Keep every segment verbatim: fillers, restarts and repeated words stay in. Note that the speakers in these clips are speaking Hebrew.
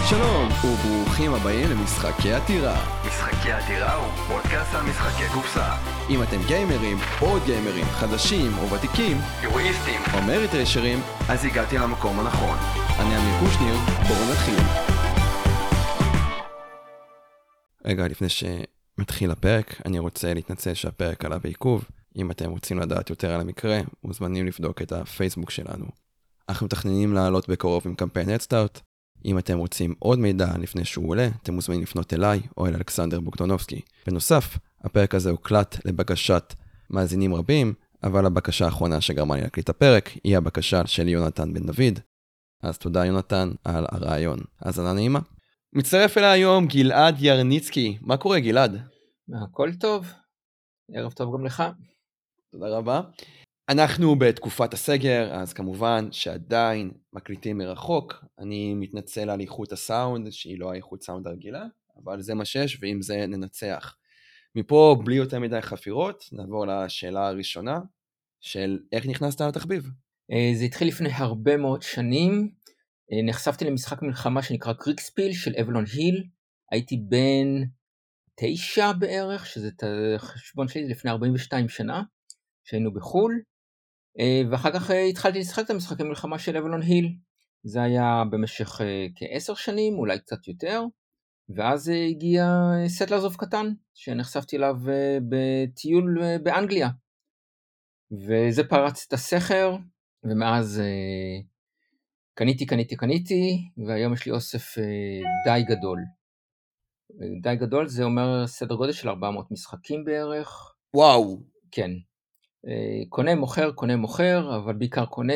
שלום, וברוכים הבאים למשחקי עתירה. משחקי עתירה הוא פודקאסט על משחקי קופסה. אם אתם גיימרים, עוד גיימרים, חדשים או ותיקים, יורואיסטים או מריטרשרים, אז הגעתי למקום הנכון. אני אמיר קושניר, בואו נתחיל. רגע, לפני שמתחיל הפרק, אני רוצה להתנצל שהפרק עלה בעיכוב. אם אתם רוצים לדעת יותר על המקרה, מוזמנים לבדוק את הפייסבוק שלנו. אנחנו מתכננים לעלות בקרוב עם קמפיין הדסטארט. אם אתם רוצים עוד מידע לפני שהוא עולה, אתם מוזמנים לפנות אליי או אל אלכסנדר בוגדונובסקי. בנוסף, הפרק הזה הוקלט לבקשת מאזינים רבים, אבל הבקשה האחרונה שגרמה לי להקליט הפרק היא הבקשה של יונתן בן דוד. אז תודה יונתן על הרעיון. האזנה נעימה. מצטרף אליי היום גלעד ירניצקי. מה קורה גלעד? הכל טוב. ערב טוב גם לך. תודה רבה. אנחנו בתקופת הסגר, אז כמובן שעדיין מקליטים מרחוק. אני מתנצל על איכות הסאונד, שהיא לא האיכות סאונד הרגילה, אבל זה מה שיש, ועם זה ננצח. מפה, בלי יותר מדי חפירות, נעבור לשאלה הראשונה, של איך נכנסת לתחביב? זה התחיל לפני הרבה מאוד שנים. נחשפתי למשחק מלחמה שנקרא קריקספיל של אבלון היל. הייתי בן תשע בערך, שזה את החשבון שלי לפני ארבעים ושתיים שנה, שהיינו בחול. ואחר כך התחלתי לשחק את המשחקי מלחמה של אבלון היל. זה היה במשך כעשר שנים, אולי קצת יותר. ואז הגיע סטלרס אוף קטן, שנחשפתי אליו בטיול באנגליה. וזה פרץ את הסכר, ומאז קניתי, קניתי, קניתי, והיום יש לי אוסף די גדול. די גדול זה אומר סדר גודל של ארבע מאות משחקים בערך. וואו. כן. קונה, מוכר, קונה, מוכר, אבל בעיקר קונה,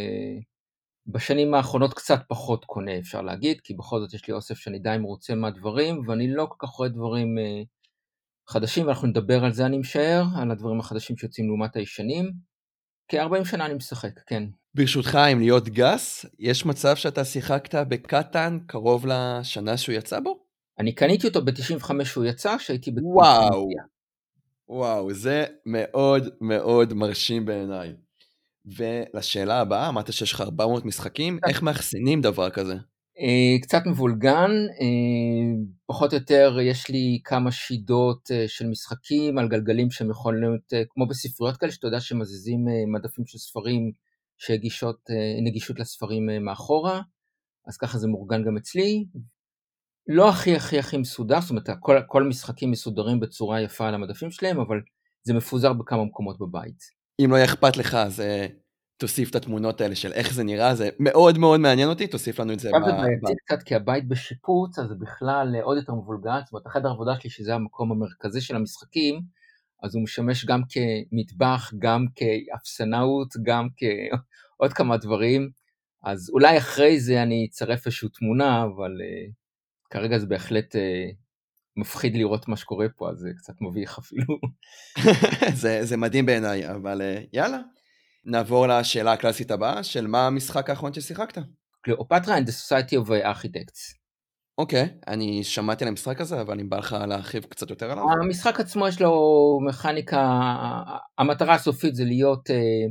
ובשנים האחרונות קצת פחות קונה, אפשר להגיד, כי בכל זאת יש לי אוסף שאני די מרוצה מהדברים, ואני לא כל כך רואה דברים חדשים, ואנחנו נדבר על זה, אני משער, על הדברים החדשים שיוצאים לעומת הישנים. כ-ארבעים שנה אני משחק, כן. ברשותך, אם להיות גס, יש מצב שאתה שיחקת בקטן קרוב לשנה שהוא יצא בו? אני קניתי אותו ב-תשעים וחמש שהוא יצא, שהייתי בתקופה. וואו. וואו, זה מאוד מאוד מרשים בעיניי. ולשאלה הבאה, אמרת שיש לך ארבע מאות משחקים, איך מאחסנים דבר כזה? קצת מבולגן, פחות או יותר יש לי כמה שידות של משחקים על גלגלים שהם יכולים להיות, כמו בספריות כאלה, שאתה יודע שמזיזים מדפים של ספרים שהגישות נגישות לספרים מאחורה, אז ככה זה מאורגן גם אצלי. לא הכי הכי הכי מסודר, זאת אומרת, כל, כל משחקים מסודרים בצורה יפה על המדפים שלהם, אבל זה מפוזר בכמה מקומות בבית. אם לא יהיה אכפת לך, אז תוסיף את התמונות האלה של איך זה נראה, זה מאוד מאוד מעניין אותי, תוסיף לנו את זה. עכשיו זה בעייתי קצת, כי הבית בשיפוץ, אז זה בכלל עוד יותר מבולגן, זאת אומרת, החדר העבודה שלי, שזה המקום המרכזי של המשחקים, אז הוא משמש גם כמטבח, גם כאפסנאות, גם כעוד כמה דברים, אז אולי אחרי זה אני אצרף איזושהי תמונה, אבל כרגע זה בהחלט מפחיד לראות מה שקורה פה, אז זה קצת מביך אפילו. זה, זה מדהים בעיניי, אבל יאללה. נעבור לשאלה הקלאסית הבאה, של מה המשחק האחרון ששיחקת? קליאופטרה and the Society of Architects. אוקיי, אני שמעתי על המשחק הזה, אבל אם בא לך להרחיב קצת יותר עליו? המשחק עצמו יש לו מכניקה, המטרה הסופית זה להיות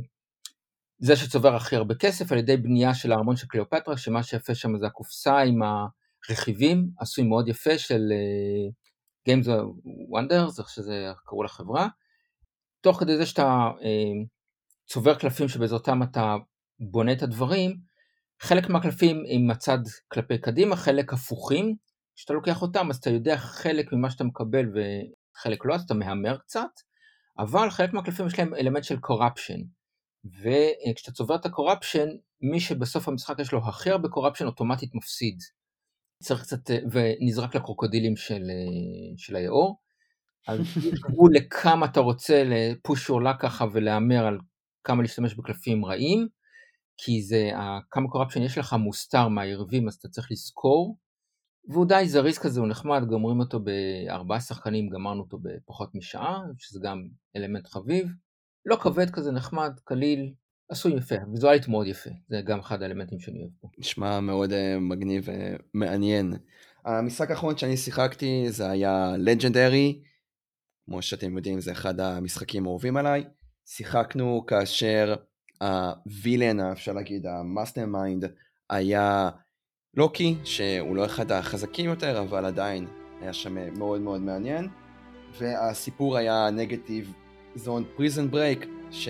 זה שצובר הכי הרבה כסף, על ידי בנייה של הארמון של קליאופטרה, שמה שיפה שם זה הקופסה עם הרכיבים, עשוי מאוד יפה של Games of Wonders, איך שזה קראו לחברה, תוך כדי זה שאתה צובר קלפים שבעזרתם אתה בונה את הדברים, חלק מהקלפים עם הצד כלפי קדימה, חלק הפוכים, כשאתה לוקח אותם אז אתה יודע חלק ממה שאתה מקבל וחלק לא, אז אתה מהמר קצת, אבל חלק מהקלפים יש להם אלמנט של corruption, וכשאתה צובר את ה-corruption, מי שבסוף המשחק יש לו הכי הרבה corruption אוטומטית מפסיד, צריך קצת, ונזרק לקרוקודילים של, של היאור, אז תקבעו לכמה אתה רוצה לפוש עולה ככה ולהמר על כמה להשתמש בקלפים רעים, כי זה, כמה קורפשן יש לך מוסתר מהיריבים, אז אתה צריך לזכור, והוא די זריז כזה, הוא נחמד, גמרים אותו בארבעה שחקנים, גמרנו אותו בפחות משעה, שזה גם אלמנט חביב, לא כבד כזה, נחמד, קליל, עשוי יפה, ויזואלית מאוד יפה, זה גם אחד האלמנטים שאני אוהב פה. נשמע מאוד מגניב ומעניין. המשחק האחרון שאני שיחקתי זה היה לג'נדרי, כמו שאתם יודעים זה אחד המשחקים האהובים עליי, שיחקנו כאשר הווילן, אפשר להגיד, המאסטר מיינד, היה לוקי, שהוא לא אחד החזקים יותר, אבל עדיין היה שם מאוד מאוד מעניין. והסיפור היה נגטיב זון פריזן ברייק,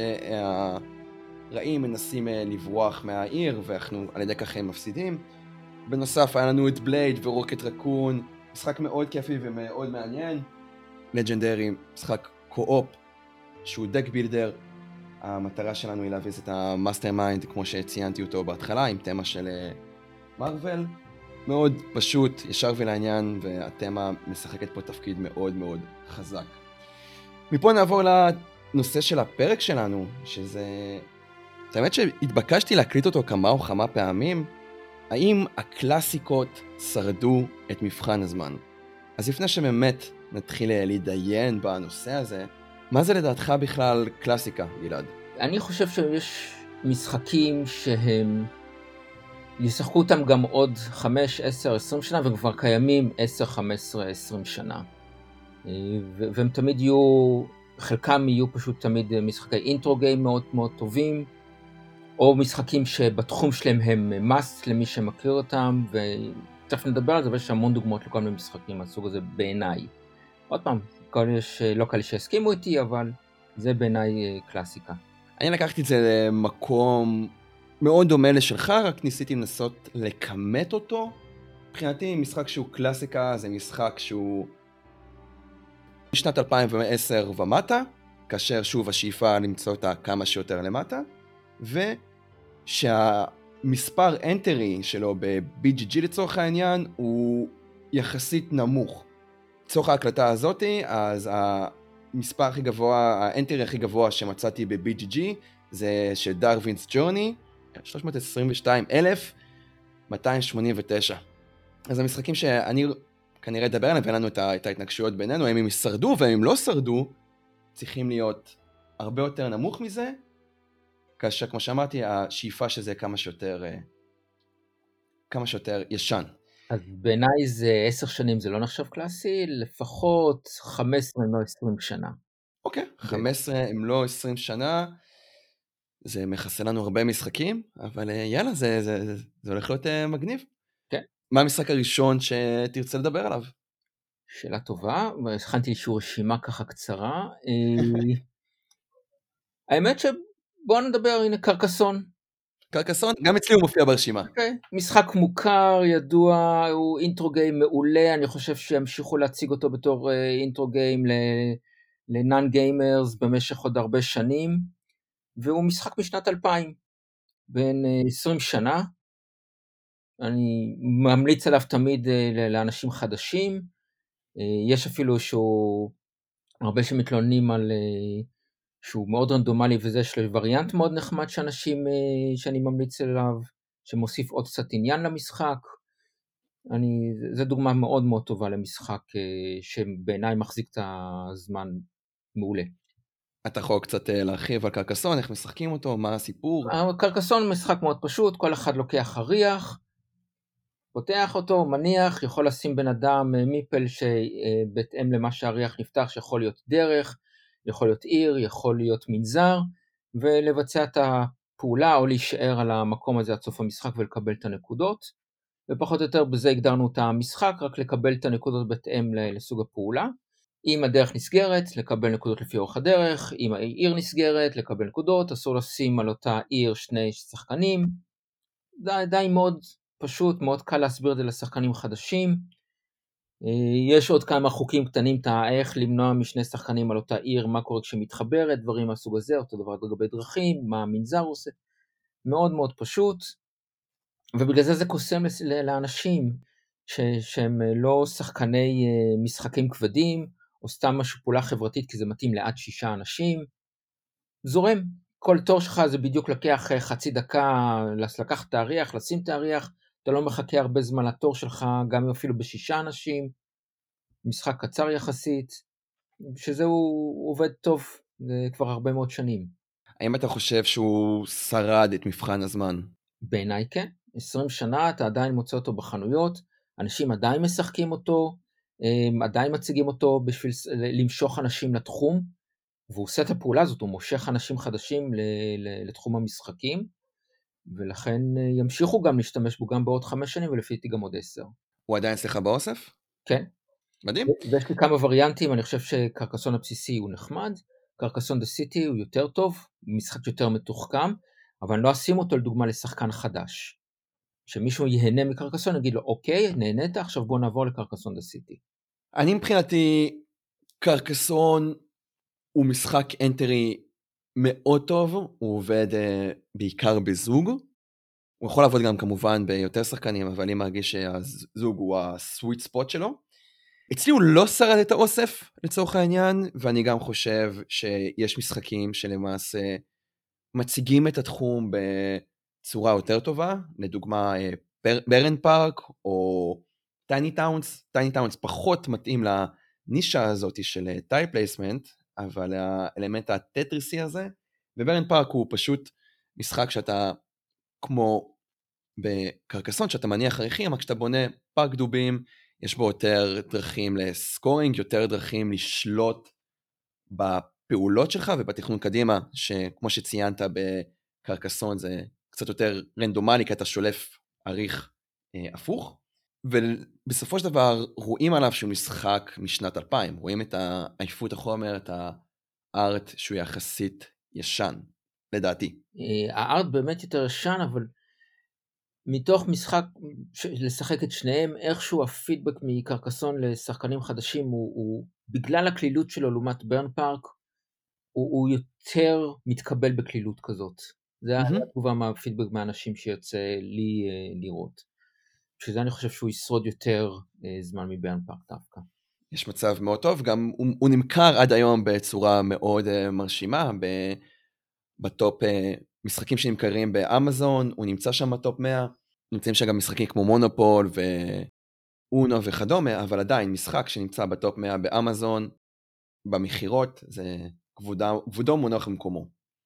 שהרעים מנסים לברוח מהעיר, ואנחנו על ידי כך הם מפסידים. בנוסף היה לנו את בלייד ורוקט רקון, משחק מאוד כיפי ומאוד מעניין. לג'נדרי, משחק קו-אופ, שהוא דק בילדר. המטרה שלנו היא להביס את המאסטר מיינד, כמו שציינתי אותו בהתחלה, עם תמה של מרוול. מאוד פשוט, ישר ולעניין, והתמה משחקת פה תפקיד מאוד מאוד חזק. מפה נעבור לנושא של הפרק שלנו, שזה... האמת שהתבקשתי להקליט אותו כמה או כמה פעמים, האם הקלאסיקות שרדו את מבחן הזמן? אז לפני שבאמת נתחיל להתדיין בנושא הזה, מה זה לדעתך בכלל קלאסיקה, גלעד? אני חושב שיש משחקים שהם ישחקו אותם גם עוד חמש, עשר, עשרים שנה, והם כבר קיימים עשר, חמש עשרה, עשרים שנה. והם תמיד יהיו, חלקם יהיו פשוט תמיד משחקי אינטרו גיים מאוד מאוד טובים, או משחקים שבתחום שלהם הם must למי שמכיר אותם, ותכף נדבר על זה, ויש המון דוגמאות לכל מיני משחקים מהסוג הזה בעיניי. עוד פעם, יש לא כאלה שהסכימו איתי, אבל זה בעיניי קלאסיקה. אני לקחתי את זה למקום מאוד דומה לשלך, רק ניסיתי לנסות לקמת אותו. מבחינתי משחק שהוא קלאסיקה, זה משחק שהוא משנת אלפיים ועשר ומטה, כאשר שוב השאיפה למצוא אותה כמה שיותר למטה, ושהמספר אנטרי שלו ב-בי ג'י ג'י לצורך העניין הוא יחסית נמוך. לצורך ההקלטה הזאת, אז המספר הכי גבוה, האנטרי הכי גבוה שמצאתי ב-בי ג'י ג'י זה של דרווינס ג'ורני, שלוש מאות עשרים ושתיים אלף מאתיים שמונים ותשע. אז המשחקים שאני כנראה אדבר עליהם, ואין לנו את ההתנגשויות בינינו, הם אם ישרדו והם אם לא שרדו, צריכים להיות הרבה יותר נמוך מזה, כאשר כמו שאמרתי, השאיפה שזה כמה שיותר, כמה שיותר ישן. אז בעיניי זה עשר שנים, זה לא נחשב קלאסי, לפחות חמש עשרה אם לא עשרים שנה. אוקיי, חמש עשרה אם לא עשרים שנה, זה מכסה לנו הרבה משחקים, אבל יאללה, זה, זה, זה, זה הולך להיות מגניב. כן. מה המשחק הראשון שתרצה לדבר עליו? שאלה טובה, הכנתי איזושהי רשימה ככה קצרה. האמת שבואו נדבר, הנה קרקסון. קרקסון, גם אצלי הוא מופיע ברשימה. Okay. משחק מוכר, ידוע, הוא אינטרו גיים מעולה, אני חושב שימשיכו להציג אותו בתור אינטרו גיים לנאן גיימרס במשך עוד הרבה שנים, והוא משחק משנת אלפיים, בין עשרים שנה, אני ממליץ עליו תמיד לאנשים חדשים, יש אפילו שהוא, הרבה שמתלוננים על שהוא מאוד רנדומלי, וזה יש לו וריאנט מאוד נחמד שאנשים, שאני ממליץ עליו, שמוסיף עוד קצת עניין למשחק. אני, זו דוגמה מאוד מאוד טובה למשחק, שבעיניי מחזיק את הזמן מעולה. אתה יכול קצת להרחיב על קרקסון, איך משחקים אותו, מה הסיפור? קרקסון הוא משחק מאוד פשוט, כל אחד לוקח אריח, פותח אותו, מניח, יכול לשים בן אדם מיפל שבהתאם למה שהאריח נפתח, שיכול להיות דרך, יכול להיות עיר, יכול להיות מנזר, ולבצע את הפעולה או להישאר על המקום הזה עד סוף המשחק ולקבל את הנקודות, ופחות או יותר בזה הגדרנו את המשחק, רק לקבל את הנקודות בהתאם לסוג הפעולה. אם הדרך נסגרת, לקבל נקודות לפי אורך הדרך, אם העיר נסגרת, לקבל נקודות, אסור לשים על אותה עיר שני שחקנים, זה די מאוד פשוט, מאוד קל להסביר את זה לשחקנים חדשים. יש עוד כמה חוקים קטנים, איך למנוע משני שחקנים על אותה עיר, מה קורה כשמתחברת, דברים מהסוג הזה, אותו דבר לגבי דרכים, מה המנזר עושה, מאוד מאוד פשוט, ובגלל זה זה קוסם לאנשים שהם לא שחקני משחקים כבדים, או סתם משהו פעולה חברתית, כי זה מתאים לעד שישה אנשים, זורם, כל תור שלך זה בדיוק לקח חצי דקה, לקח את האריח, לשים את האריח, אתה לא מחכה הרבה זמן לתור שלך, גם אפילו בשישה אנשים, משחק קצר יחסית, שזהו עובד טוב כבר הרבה מאוד שנים. האם אתה חושב שהוא שרד את מבחן הזמן? בעיניי כן, עשרים שנה אתה עדיין מוצא אותו בחנויות, אנשים עדיין משחקים אותו, עדיין מציגים אותו בשביל למשוך אנשים לתחום, והוא עושה את הפעולה הזאת, הוא מושך אנשים חדשים לתחום המשחקים, ולכן ימשיכו גם להשתמש בו גם בעוד חמש שנים, ולפי גם עוד עשר. הוא עדיין אצלך באוסף? כן. מדהים. ויש לי כמה וריאנטים, אני חושב שקרקסון הבסיסי הוא נחמד, קרקסון דה סיטי הוא יותר טוב, משחק יותר מתוחכם, אבל אני לא אשים אותו לדוגמה לשחקן חדש. שמישהו ייהנה מקרקסון, יגיד לו, אוקיי, נהנית, עכשיו בוא נעבור לקרקסון דה סיטי. אני מבחינתי, קרקסון הוא משחק אנטרי מאוד טוב, הוא עובד uh, בעיקר בזוג, הוא יכול לעבוד גם כמובן ביותר שחקנים, אבל אני מרגיש שהזוג הוא הסוויט ספוט שלו. אצלי הוא לא שרד את האוסף לצורך העניין, ואני גם חושב שיש משחקים שלמעשה מציגים את התחום בצורה יותר טובה, לדוגמה ברן פארק או טייני טאונס. טייני טאונס פחות מתאים לנישה הזאת של טייל פלייסמנט, אבל האלמנט הטטריסי הזה, וברן פארק הוא פשוט משחק שאתה כמו בקרקסון, שאתה מניח עריכים, רק כשאתה בונה פארק דובים, יש בו יותר דרכים לסקורינג, יותר דרכים לשלוט בפעולות שלך ובתכנון קדימה, שכמו שציינת בקרקסון זה קצת יותר רנדומלי, כי אתה שולף עריך אה, הפוך, ובסופו של דבר רואים עליו שהוא משחק משנת אלפיים, רואים את העייפות החומר, את הארט שהוא יחסית ישן, לדעתי. הארט באמת יותר ישן, אבל מתוך משחק, לשחק את שניהם, איכשהו הפידבק מקרקסון לשחקנים חדשים, הוא, הוא בגלל הכלילות שלו לעומת ברן פארק, הוא, הוא יותר מתקבל בכלילות כזאת. זה mm-hmm. התגובה מהפידבק מהאנשים שיוצא לי uh, לראות. שזה אני חושב שהוא ישרוד יותר uh, זמן מברן פארק דווקא. יש מצב מאוד טוב, גם הוא, הוא נמכר עד היום בצורה מאוד uh, מרשימה, ב, בטופ... Uh, משחקים שנמכרים באמזון, הוא נמצא שם בטופ מאה, נמצאים שם גם משחקים כמו מונופול ואונו וכדומה, אבל עדיין משחק שנמצא בטופ מאה באמזון, במחירות, זה כבודו, כבודו מונח במקומו.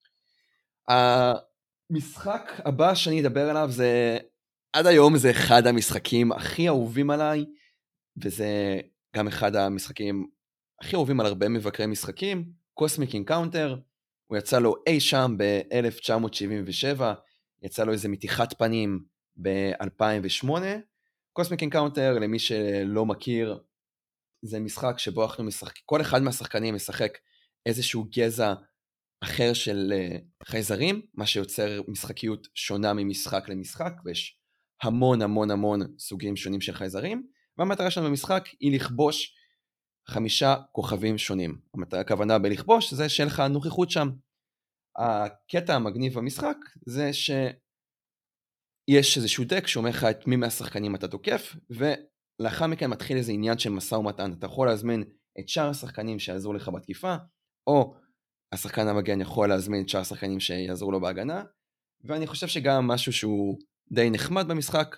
המשחק הבא שאני אדבר עליו זה, עד היום זה אחד המשחקים הכי אהובים עליי, וזה גם אחד המשחקים הכי אהובים על הרבה מבקרי משחקים, קוסמיק אינקאונטר, הוא יצא לו אי שם ב-אלף תשע מאות שבעים ושבע, יצא לו איזה מתיחת פנים ב-אלפיים ושמונה. קוסמיק אינקאונטר, למי שלא מכיר, זה משחק שבו אנחנו משחק, כל אחד מהשחקנים משחק איזשהו גזע אחר של חייזרים, מה שיוצר משחקיות שונה ממשחק למשחק, ויש המון המון המון סוגים שונים של חייזרים, והמטרה שלנו במשחק היא לכבוש חמישה כוכבים שונים. הכוונה בלכבוש זה שיהיה לך נוכחות שם. הקטע המגניב במשחק זה שיש איזשהו דק שאומר לך את מי מהשחקנים אתה תוקף, ולאחר מכן מתחיל איזה עניין של מסע ומתן. אתה יכול להזמין את שאר השחקנים שיעזרו לך בתקיפה, או השחקן המגן יכול להזמין את שאר השחקנים שיעזרו לו בהגנה, ואני חושב שגם משהו שהוא די נחמד במשחק,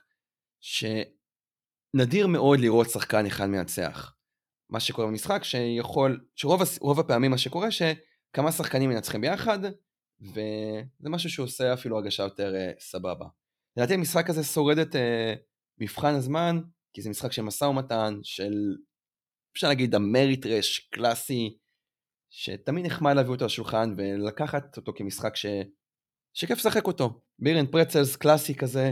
שנדיר מאוד לראות שחקן אחד מנצח. מה שקורה במשחק, שיכול, שרוב רוב הפעמים מה שקורה, שכמה שחקנים מנצחים ביחד, וזה משהו שעושה אפילו הרגשה יותר uh, סבבה. לדעתי המשחק הזה שורד את uh, מבחן הזמן, כי זה משחק של מסע ומתן, של, אפשר להגיד, אמריטרש קלאסי, שתמיד נחמד להביא אותו לשולחן, ולקחת אותו כמשחק ש... שכיף לשחק אותו. בירן פרצלס קלאסי כזה,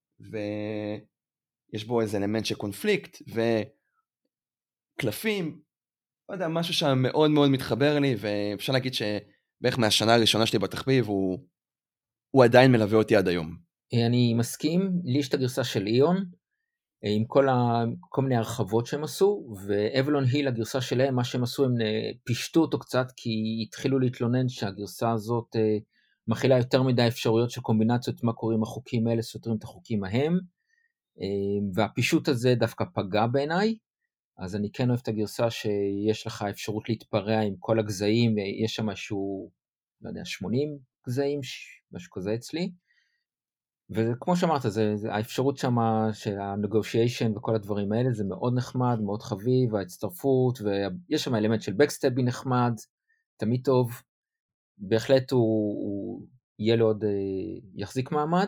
ויש בו איזה אלמנט של קונפליקט, ו... קלפים, לא יודע, משהו שם מאוד מאוד מתחבר לי, ואפשר להגיד שבערך מהשנה הראשונה שלי בתחביב, הוא, הוא עדיין מלווה אותי עד היום. אני מסכים, לי יש את הגרסה של איון, עם כל, ה, כל מיני הרחבות שהם עשו, ואבלון היל, הגרסה שלהם, מה שהם עשו, הם פישטו אותו קצת, כי התחילו להתלונן שהגרסה הזאת מכילה יותר מדי אפשרויות של קומבינציות, מה קוראים החוקים האלה, סותרים את החוקים ההם, והפישוט הזה דווקא פגע בעיניי, אז אני כן אוהב את הגרסה שיש לך אפשרות להתפרע עם כל הגזעים, ויש שם משהו, לא יודע, שמונים גזעים, משהו כזה אצלי, וכמו שאמרת, זה, זה, האפשרות שם של ה-negotiation וכל הדברים האלה, זה מאוד נחמד, מאוד חביב, וההצטרפות, ויש שם אלמנט של backstabby נחמד, תמיד טוב, בהחלט הוא, הוא יהיה לו עוד, יחזיק מעמד,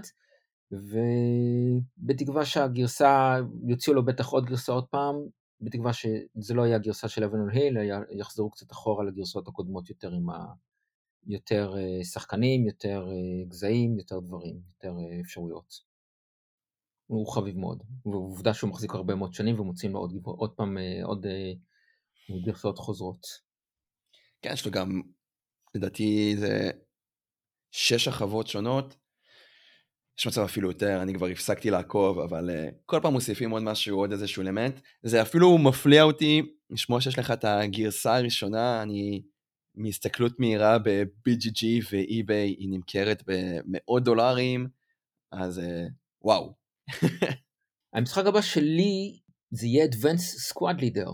ובתקווה שהגרסה, יוציאו לו בטח עוד גרסה עוד פעם, בתקווה שזה לא היה גרסה של אבלון היל, יחזרו קצת אחורה לגרסות הקודמות יותר עם, ה, יותר שחקנים, יותר גזעים, יותר דברים, יותר אפשרויות. הוא חביב מאוד, ועובדה שהוא מחזיק הרבה מאוד שנים ומוצאים לו עוד, עוד פעם עוד גרסאות חוזרות. כן, יש לו גם, לדעתי זה שש שכבות שונות, יש מצב אפילו יותר, אני כבר הפסקתי לעקוב, אבל uh, כל פעם מוסיפים עוד משהו, עוד איזשהו אלמנט, זה אפילו מפליע אותי, לשמוע שיש לך את הגרסה הראשונה, אני מהסתכלות מהירה ב-בי ג'י ג'י ו-eBay, היא נמכרת במאות דולרים, אז uh, וואו. המשחק הבא שלי זה יהיה Advanced Squad Leader.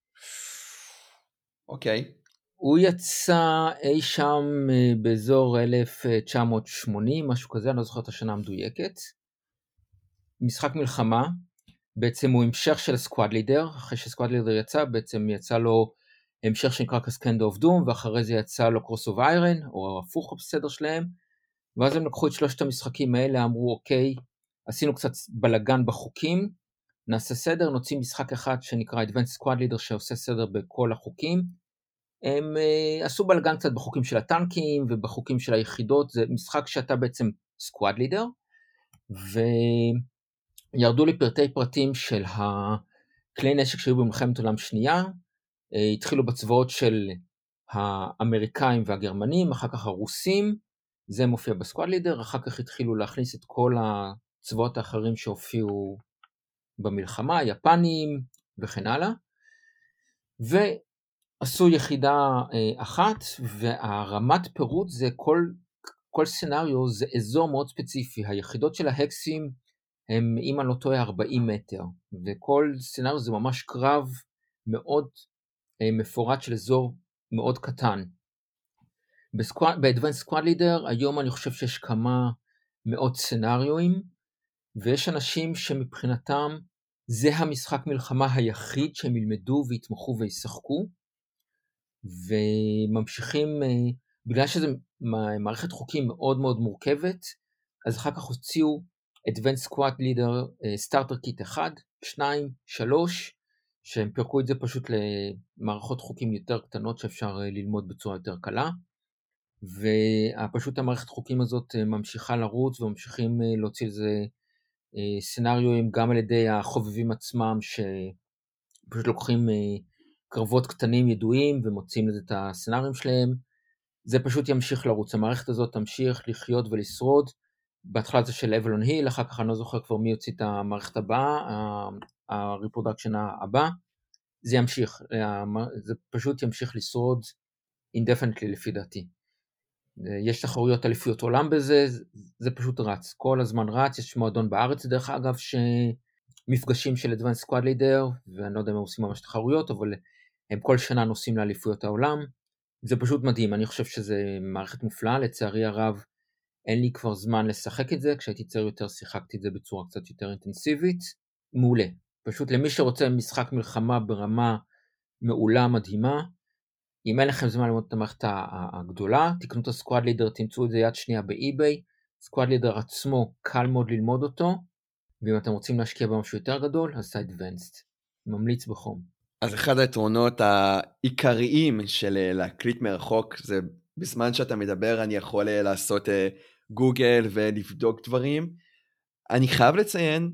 אוקיי. Okay. הוא יצא אי שם באזור אלף תשע מאות שמונים, משהו כזה, אני לא זוכר את השנה המדויקת. משחק מלחמה, בעצם הוא המשך של הסקואד לידר, אחרי שסקואד לידר יצא, בעצם יצא לו המשך שנקרא קסקנד אוף דום, ואחרי זה יצא לו קרוס אוף איירן, או הפוך בסדר שלהם, ואז הם לקחו את שלושת המשחקים האלה, אמרו אוקיי, עשינו קצת בלגן בחוקים, נעשה סדר, נוציא משחק אחד שנקרא Advanced Squad Leader, שעושה סדר בכל החוקים, הם uh, עשו בלגן קצת בחוקים של הטנקים ובחוקים של היחידות, זה משחק שאתה בעצם סקואד לידר, וירדו לפרטי פרטים של הכלי נשק שהיו במלחמת עולם שנייה, uh, התחילו בצבאות של האמריקאים והגרמנים, אחר כך הרוסים, זה מופיע בסקואד לידר, אחר כך התחילו להכניס את כל הצבאות האחרים שהופיעו במלחמה, היפנים וכן הלאה, ו... עשו יחידה אה, אחת, והרמת פירוט זה כל, כל סנריו זה אזור מאוד ספציפי, היחידות של ההקסים הם אם אני לא טועה ארבעים מטר, וכל סנריו זה ממש קרב מאוד אה, מפורט של אזור מאוד קטן. ב-Advanced Squad Leader היום אני חושב שיש כמה מאות סנריואים, ויש אנשים שמבחינתם זה המשחק מלחמה היחיד שהם ילמדו ויתמחו וישחקו, וממשיכים, בגלל שזו מערכת חוקים מאוד מאוד מורכבת, אז אחר כך הוציאו Advanced Squad Leader Starter Kit אחד, שתיים, שלוש, שהם פירקו את זה פשוט למערכות חוקים יותר קטנות שאפשר ללמוד בצורה יותר קלה, ופשוט המערכת חוקים הזאת ממשיכה לרוץ וממשיכים להוציא לזה סנריואים גם על ידי החובבים עצמם שפשוט לוקחים קרבות קטנים ידועים ומוצאים לזה את הסנריום שלהם, זה פשוט ימשיך לרוץ, המערכת הזאת תמשיך לחיות ולשרוד, בהתחלה זה של אבלון היל, אחר כך אני לא זוכר כבר מי יוציא את המערכת הבאה, הריפרודקשן הבא, זה ימשיך, זה פשוט ימשיך לשרוד indefinitely לפי דעתי. יש תחרויות אליפויות עולם בזה, זה פשוט רץ, כל הזמן רץ, יש מועדון בארץ דרך אגב, שמפגשים של Advanced Squad Leader, ואני לא יודע אם הם עושים ממש תחרויות, אבל הם כל שנה נוסעים לאליפויות העולם, זה פשוט מדהים, אני חושב שזה מערכת מופלאה, לצערי הרב, אין לי כבר זמן לשחק את זה, כשהייתי צעיר יותר שיחקתי את זה בצורה קצת יותר אינטנסיבית, מעולה, פשוט למי שרוצה משחק מלחמה ברמה מעולה מדהימה, אם אין לכם זמן ללמוד את המערכת הגדולה, תקנו את הסקואד לידר, תמצאו את זה יד שנייה באי-ביי, סקואד לידר עצמו קל מאוד ללמוד אותו, ואם אתם רוצים להשקיע במשהו יותר גדול, אז זה Advanced, ממליץ בחום. אז אחד היתרונות העיקריים של להקליט מרחוק, זה בזמן שאתה מדבר אני יכול לעשות גוגל ולבדוק דברים. אני חייב לציין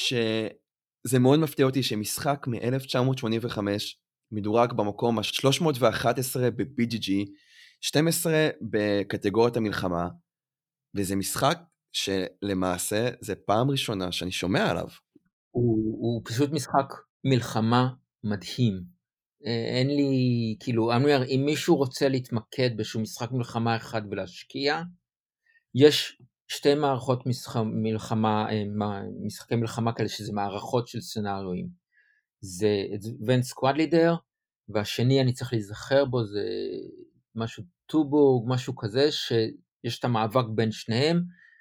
שזה מאוד מפתיע אותי שמשחק מ-אלף תשע מאות שמונים וחמש מדורג במקום ה-שלוש מאות ואחת עשרה ב-בי ג'י ג'י, שתים עשרה בקטגוריית המלחמה, וזה משחק שלמעשה זה פעם ראשונה שאני שומע עליו. הוא, הוא פשוט משחק מלחמה מדהים. אין לי, כאילו, אני אומר, אם מישהו רוצה להתמקד בשום משחק מלחמה אחד ולהשקיע, יש שתי מערכות משחק, מלחמה, משחקי מלחמה כאלה שזה מערכות של סנריואים. זה Advanced Squad Leader, והשני אני צריך להיזכר בו, זה משהו טובורג, משהו כזה, שיש את המאבק בין שניהם,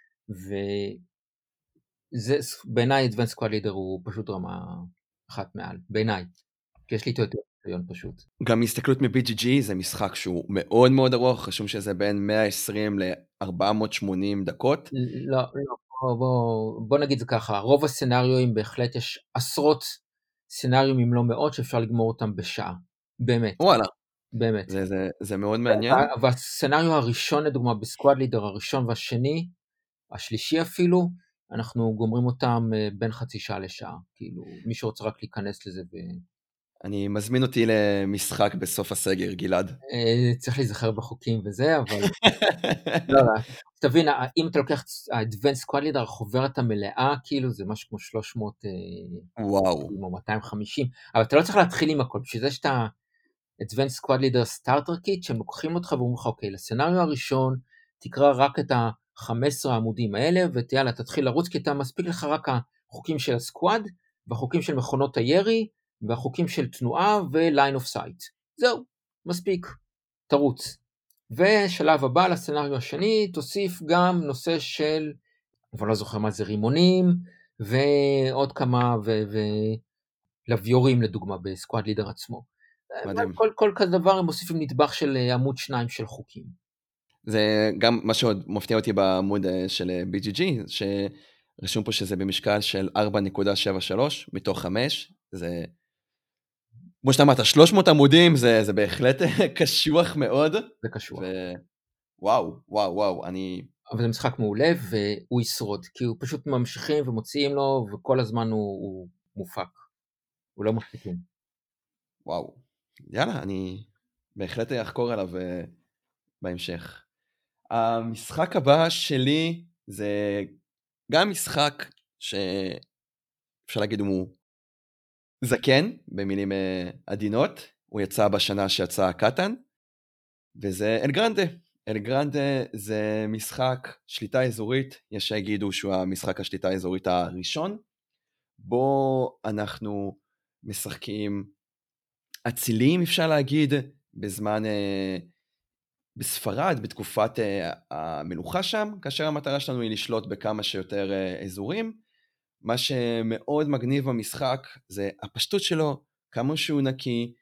וזה, בעיניי Advanced Squad Leader הוא פשוט רמה אחת מעל, בעיניי, כי יש לי יותר ציון פשוט. גם הסתכלות מ-בי ג'י ג'י זה משחק שהוא מאוד מאוד ארוך, חשוב שזה בין מאה ועשרים ל-ארבע מאות ושמונים דקות. לא, לא, בוא, בוא, בוא נגיד זה ככה, רוב הסצנריואים בהחלט יש עשרות סצנריואים אם לא מאות שאפשר לגמור אותם בשעה, באמת. וואלה. באמת. זה, זה, זה מאוד מעניין. והסצנריו הראשון, לדוגמה, בסקואד לידר הראשון והשני, השלישי אפילו, אנחנו גומרים אותם בין חצי שעה לשעה, כאילו, מי שרוצה רק להיכנס לזה ו... אני מזמין אותי למשחק בסוף הסגר, גלעד. צריך להיזכר בחוקים וזה, אבל... לא, לא. תבין, אם אתה לוקח ה-Advanced Squad Leader, החוברת המלאה, כאילו, זה משהו כמו שלוש מאות... וואו. או מאתיים וחמישים, אבל אתה לא צריך להתחיל עם הכל, בשביל זה שאתה Advanced Squad Leader Starter Kit, שהם לוקחים אותך ואומרים לך, אוקיי, לסצנריו הראשון, תקרא רק את ה-חמישה עשר העמודים האלה, ויאללה, תתחיל לרוץ, כי אתה מספיק לך רק החוקים של הסקואד, והחוקים של מכונות הירי, והחוקים של תנועה ו-line of sight. זהו, מספיק, תרוץ. ושלב הבא, לסצנריו השני, תוסיף גם נושא של, אבל לא זוכר מה זה, רימונים, ועוד כמה, ולוויורים לדוגמה, בסקואד לידר עצמו. מדהים. כל, כל כזה דבר הם מוסיפים נדבך של עמוד שניים של חוקים. זה גם מה שעוד מפתיע אותי בעמוד של בי ג'י ג'י, שרשום פה שזה במשקל של ארבע נקודה שבע שלוש מתוך חמש, זה, כמו שאתה אמרת, שלוש מאות עמודים, זה, זה בהחלט קשוח מאוד. זה קשוח. ו... וואו, וואו, וואו, אני... אבל זה משחק מעולה, והוא ישרוד, כי הוא פשוט ממשיכים ומוציאים לו, וכל הזמן הוא, הוא מופק. הוא לא מפסיקים. וואו. יאללה, אני בהחלט אחקור עליו בהמשך. המשחק הבא שלי זה גם משחק שאפשר להגיד הוא זקן, במילים עדינות. הוא יצא בשנה שיצא קטן, וזה אל גרנדה. אל גרנדה זה משחק שליטה אזורית, יש שיגידו שהוא המשחק השליטה האזורית הראשון, בו אנחנו משחקים אצילים, אפשר להגיד, בזמן, בספרד, בתקופת המלוכה שם, כאשר המטרה שלנו היא לשלוט בכמה שיותר אזורים. מה שמאוד מגניב במשחק זה הפשטות שלו, כמה שהוא נקי,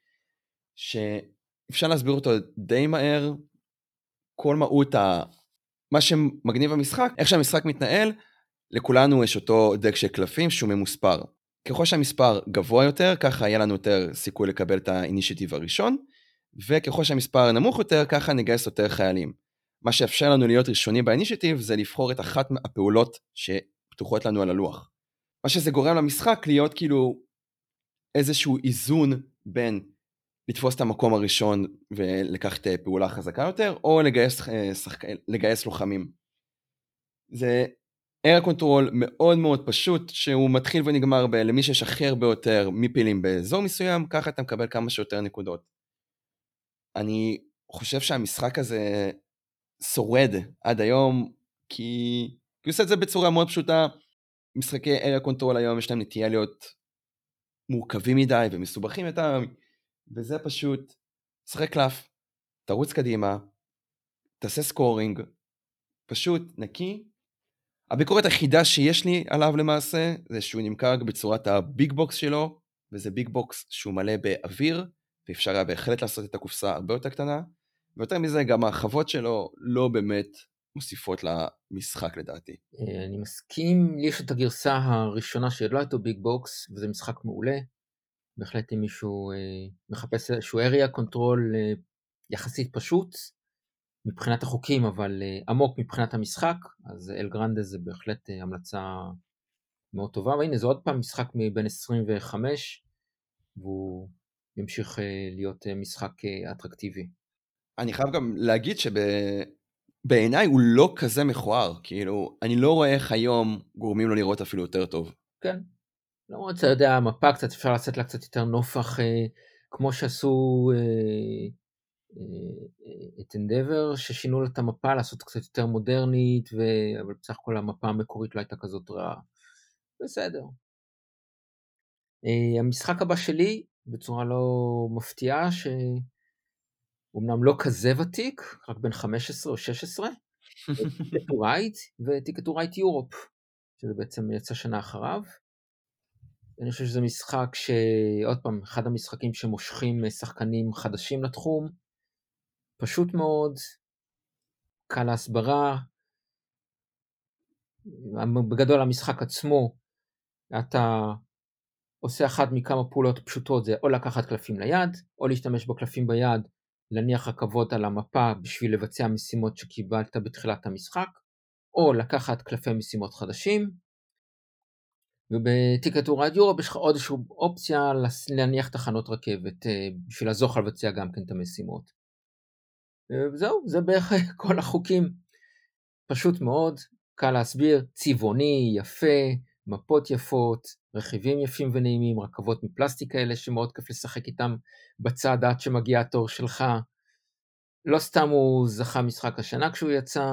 שאפשר להסביר אותו די מהר. כל מהות, ה... מה שמגניב במשחק, איך שהמשחק מתנהל, לכולנו יש אותו דק של קלפים שהוא ממוספר. ככל שהמספר גבוה יותר, ככה יהיה לנו יותר סיכוי לקבל את האינישיטיב הראשון, וככל שהמספר נמוך יותר, ככה נגייס יותר חיילים. מה שאפשר לנו להיות ראשונים באינישיטיב, זה לבחור את אחת מהפעולות שפתוחות לנו על הלוח. מה שזה גורם למשחק להיות כאילו איזשהו איזון בין לתפוס את המקום הראשון ולקחת פעולה חזקה יותר, או לגייס, שחק... לגייס לוחמים. זה Area Control מאוד מאוד פשוט, שהוא מתחיל ונגמר ב... למי שיש הכי הרבה יותר מפילים באזור מסוים, ככה אתה מקבל כמה שיותר נקודות. אני חושב שהמשחק הזה שורד עד היום, כי הוא עושה את זה בצורה מאוד פשוטה. משחקי Area Control היום יש להם נטייה להיות מורכבים מדי ומסובכים יותר, וזה פשוט, שחק קלף, תרוץ קדימה, תעשה סקורינג, פשוט נקי. הביקורת היחידה שיש לי עליו למעשה, זה שהוא נמכר בצורת הביג בוקס שלו, וזה ביג בוקס שהוא מלא באוויר, ואפשר היה בהחלט לעשות את הקופסה הרבה יותר קטנה, ויותר מזה גם החוות שלו לא באמת מוסיפות למשחק לדעתי. אני מסכים, לי יש את הגרסה הראשונה שעוד לא הייתו ביג בוקס, וזה משחק מעולה, בהחלט אם מישהו אה, מחפש איזשהו area control אה, יחסית פשוט, מבחינת החוקים, אבל אה, עמוק מבחינת המשחק, אז אל גרנדה זה בהחלט אה, המלצה מאוד טובה, והנה זה עוד פעם משחק מבין עשרים וחמש, והוא ימשיך אה, להיות אה, משחק אה, אטרקטיבי. אני חייב גם להגיד שבעיניי הוא לא כזה מכוער, כאילו אני לא רואה איך היום גורמים לו לראות אפילו יותר טוב. כן. לא רוצה, יודע, המפה קצת, אפשר לעשות לה קצת יותר נופח, אה, כמו שעשו אה, אה, את אנדבר, ששינו לה את המפה, לעשות קצת יותר מודרנית, ו... אבל בסך הכל המפה המקורית לא הייתה כזאת רעה. בסדר. אה, המשחק הבא שלי, בצורה לא מפתיעה, שאומנם לא כזה ותיק, רק בין חמש עשרה או שש עשרה, Ticket to Ride ו-Ticket to Ride Europe, שזה בעצם יצא שנה אחריו. אני חושב שזה משחק שעוד פעם, אחד המשחקים שמושכים שחקנים חדשים לתחום, פשוט מאוד, קל להסברה, בגדול המשחק עצמו, אתה עושה אחת מכמה פעולות פשוטות, זה או לקחת קלפים ליד, או להשתמש בקלפים ביד, להניח רכבות על המפה בשביל לבצע משימות שקיבלת בתחילת המשחק, או לקחת קלפי משימות חדשים, ובטיקט טו רייד יורופ יש לך עוד איזושהי אופציה להניח תחנות רכבת בשביל לעזור לך לבצע גם כן את המשימות. וזהו, זה בערך כל החוקים. פשוט מאוד, קל להסביר, צבעוני, יפה, מפות יפות, רכיבים יפים ונעימים, רכבות מפלסטיק כאלה שמאוד כיף לשחק איתם בצד עד שמגיע התור שלך. לא סתם הוא זכה משחק השנה כשהוא יצא,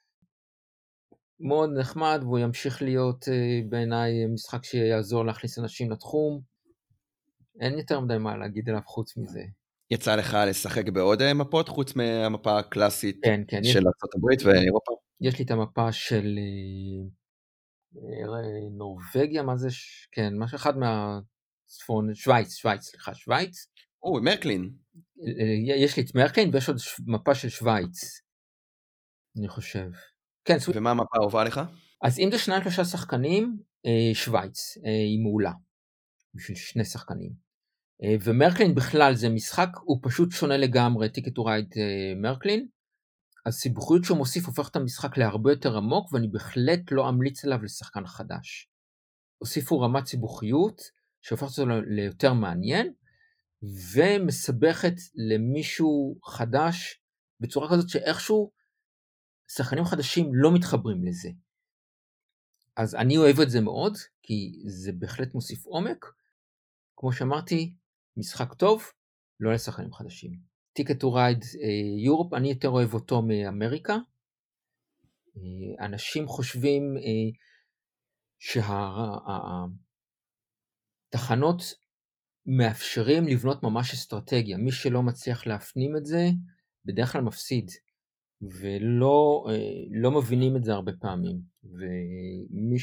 מאוד נחמד, והוא ימשיך להיות בעיניי משחק שיעזור להכניס אנשים לתחום. אין יותר מדי מה להגיד עליו חוץ מזה. יצא לך לשחק בעוד מפות חוץ מהמפה הקלאסית כן, כן, של ארצות הברית ואירופה? יש לי את המפה של נורווגיה, מה זה? כן, משהו אחד מהצפון, שוויץ, שוויץ, סליחה, שוויץ. או, מרקלין. יש לי את מרקלין ויש עוד מפה של שוויץ, אני חושב. כן, ומה המפה הובאה לך? אז אם זה שניים שלושה שחקנים, שוויץ היא מעולה, בשביל שני שחקנים. ומרקלין בכלל זה משחק, הוא פשוט שונה לגמרי, טיקט טו רייד מרקלין, הסיבוכיות שהוא מוסיף הופך את המשחק להרבה יותר עמוק, ואני בהחלט לא אמליץ עליו לשחקן חדש. הוסיפו רמת סיבוכיות, שהופכת אותו ליותר מעניין, ומסבכת למישהו חדש, בצורה כזאת שאיכשהו, שחקנים חדשים לא מתחברים לזה. אז אני אוהב את זה מאוד, כי זה בהחלט מוסיף עומק. כמו שאמרתי, משחק טוב, לא לשחקנים חדשים. טיקט טו רייד יורופ, אני יותר אוהב אותו מאמריקה. אנשים חושבים שהתחנות מאפשרים לבנות ממש אסטרטגיה. מי שלא מצליח להפנים את זה, בדרך כלל מפסיד. ולא לא מבינים את זה הרבה פעמים. ומי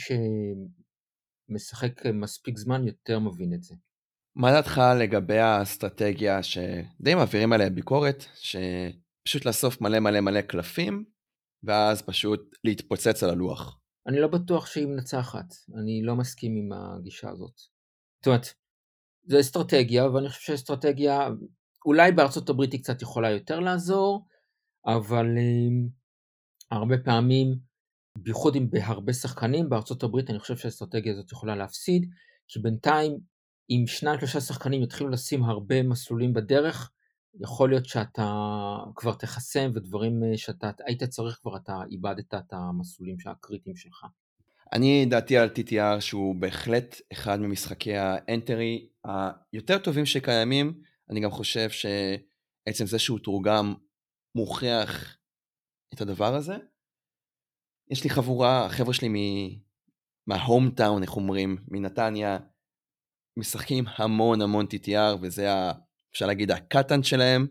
שמשחק מספיק זמן יותר מבין את זה. מה דעתך לגבי האסטרטגיה שדי מעבירים עליה ביקורת, שפשוט לאסוף מלא מלא מלא קלפים, ואז פשוט להתפוצץ על הלוח? אני לא בטוח שהיא מנצחת, אני לא מסכים עם הגישה הזאת. זאת אומרת, זו אסטרטגיה, ואני חושב שהאסטרטגיה, אולי בארצות הברית היא קצת יכולה יותר לעזור, אבל הרבה פעמים, בייחוד עם בהרבה שחקנים, בארצות הברית אני חושב שהאסטרטגיה הזאת יכולה להפסיד, כי בינתיים, אם שניים שלושה שחקנים יתחילו לשים הרבה מסלולים בדרך, יכול להיות שאתה כבר תחסם, ודברים שאתה היית צריך כבר, אתה איבדת את המסלולים הקריטיים שלך. אני דעתי על טי טי אר שהוא בהחלט אחד ממשחקי האנטרי היותר טובים שקיימים. אני גם חושב שעצם זה שהוא תורגם מוכיח את הדבר הזה. יש לי חבורה, החבר'ה שלי מההום טאון, איך אומרים, מנתניה, משחקים המון המון טי טי אר, וזה אפשר להגיד הקטן שלהם,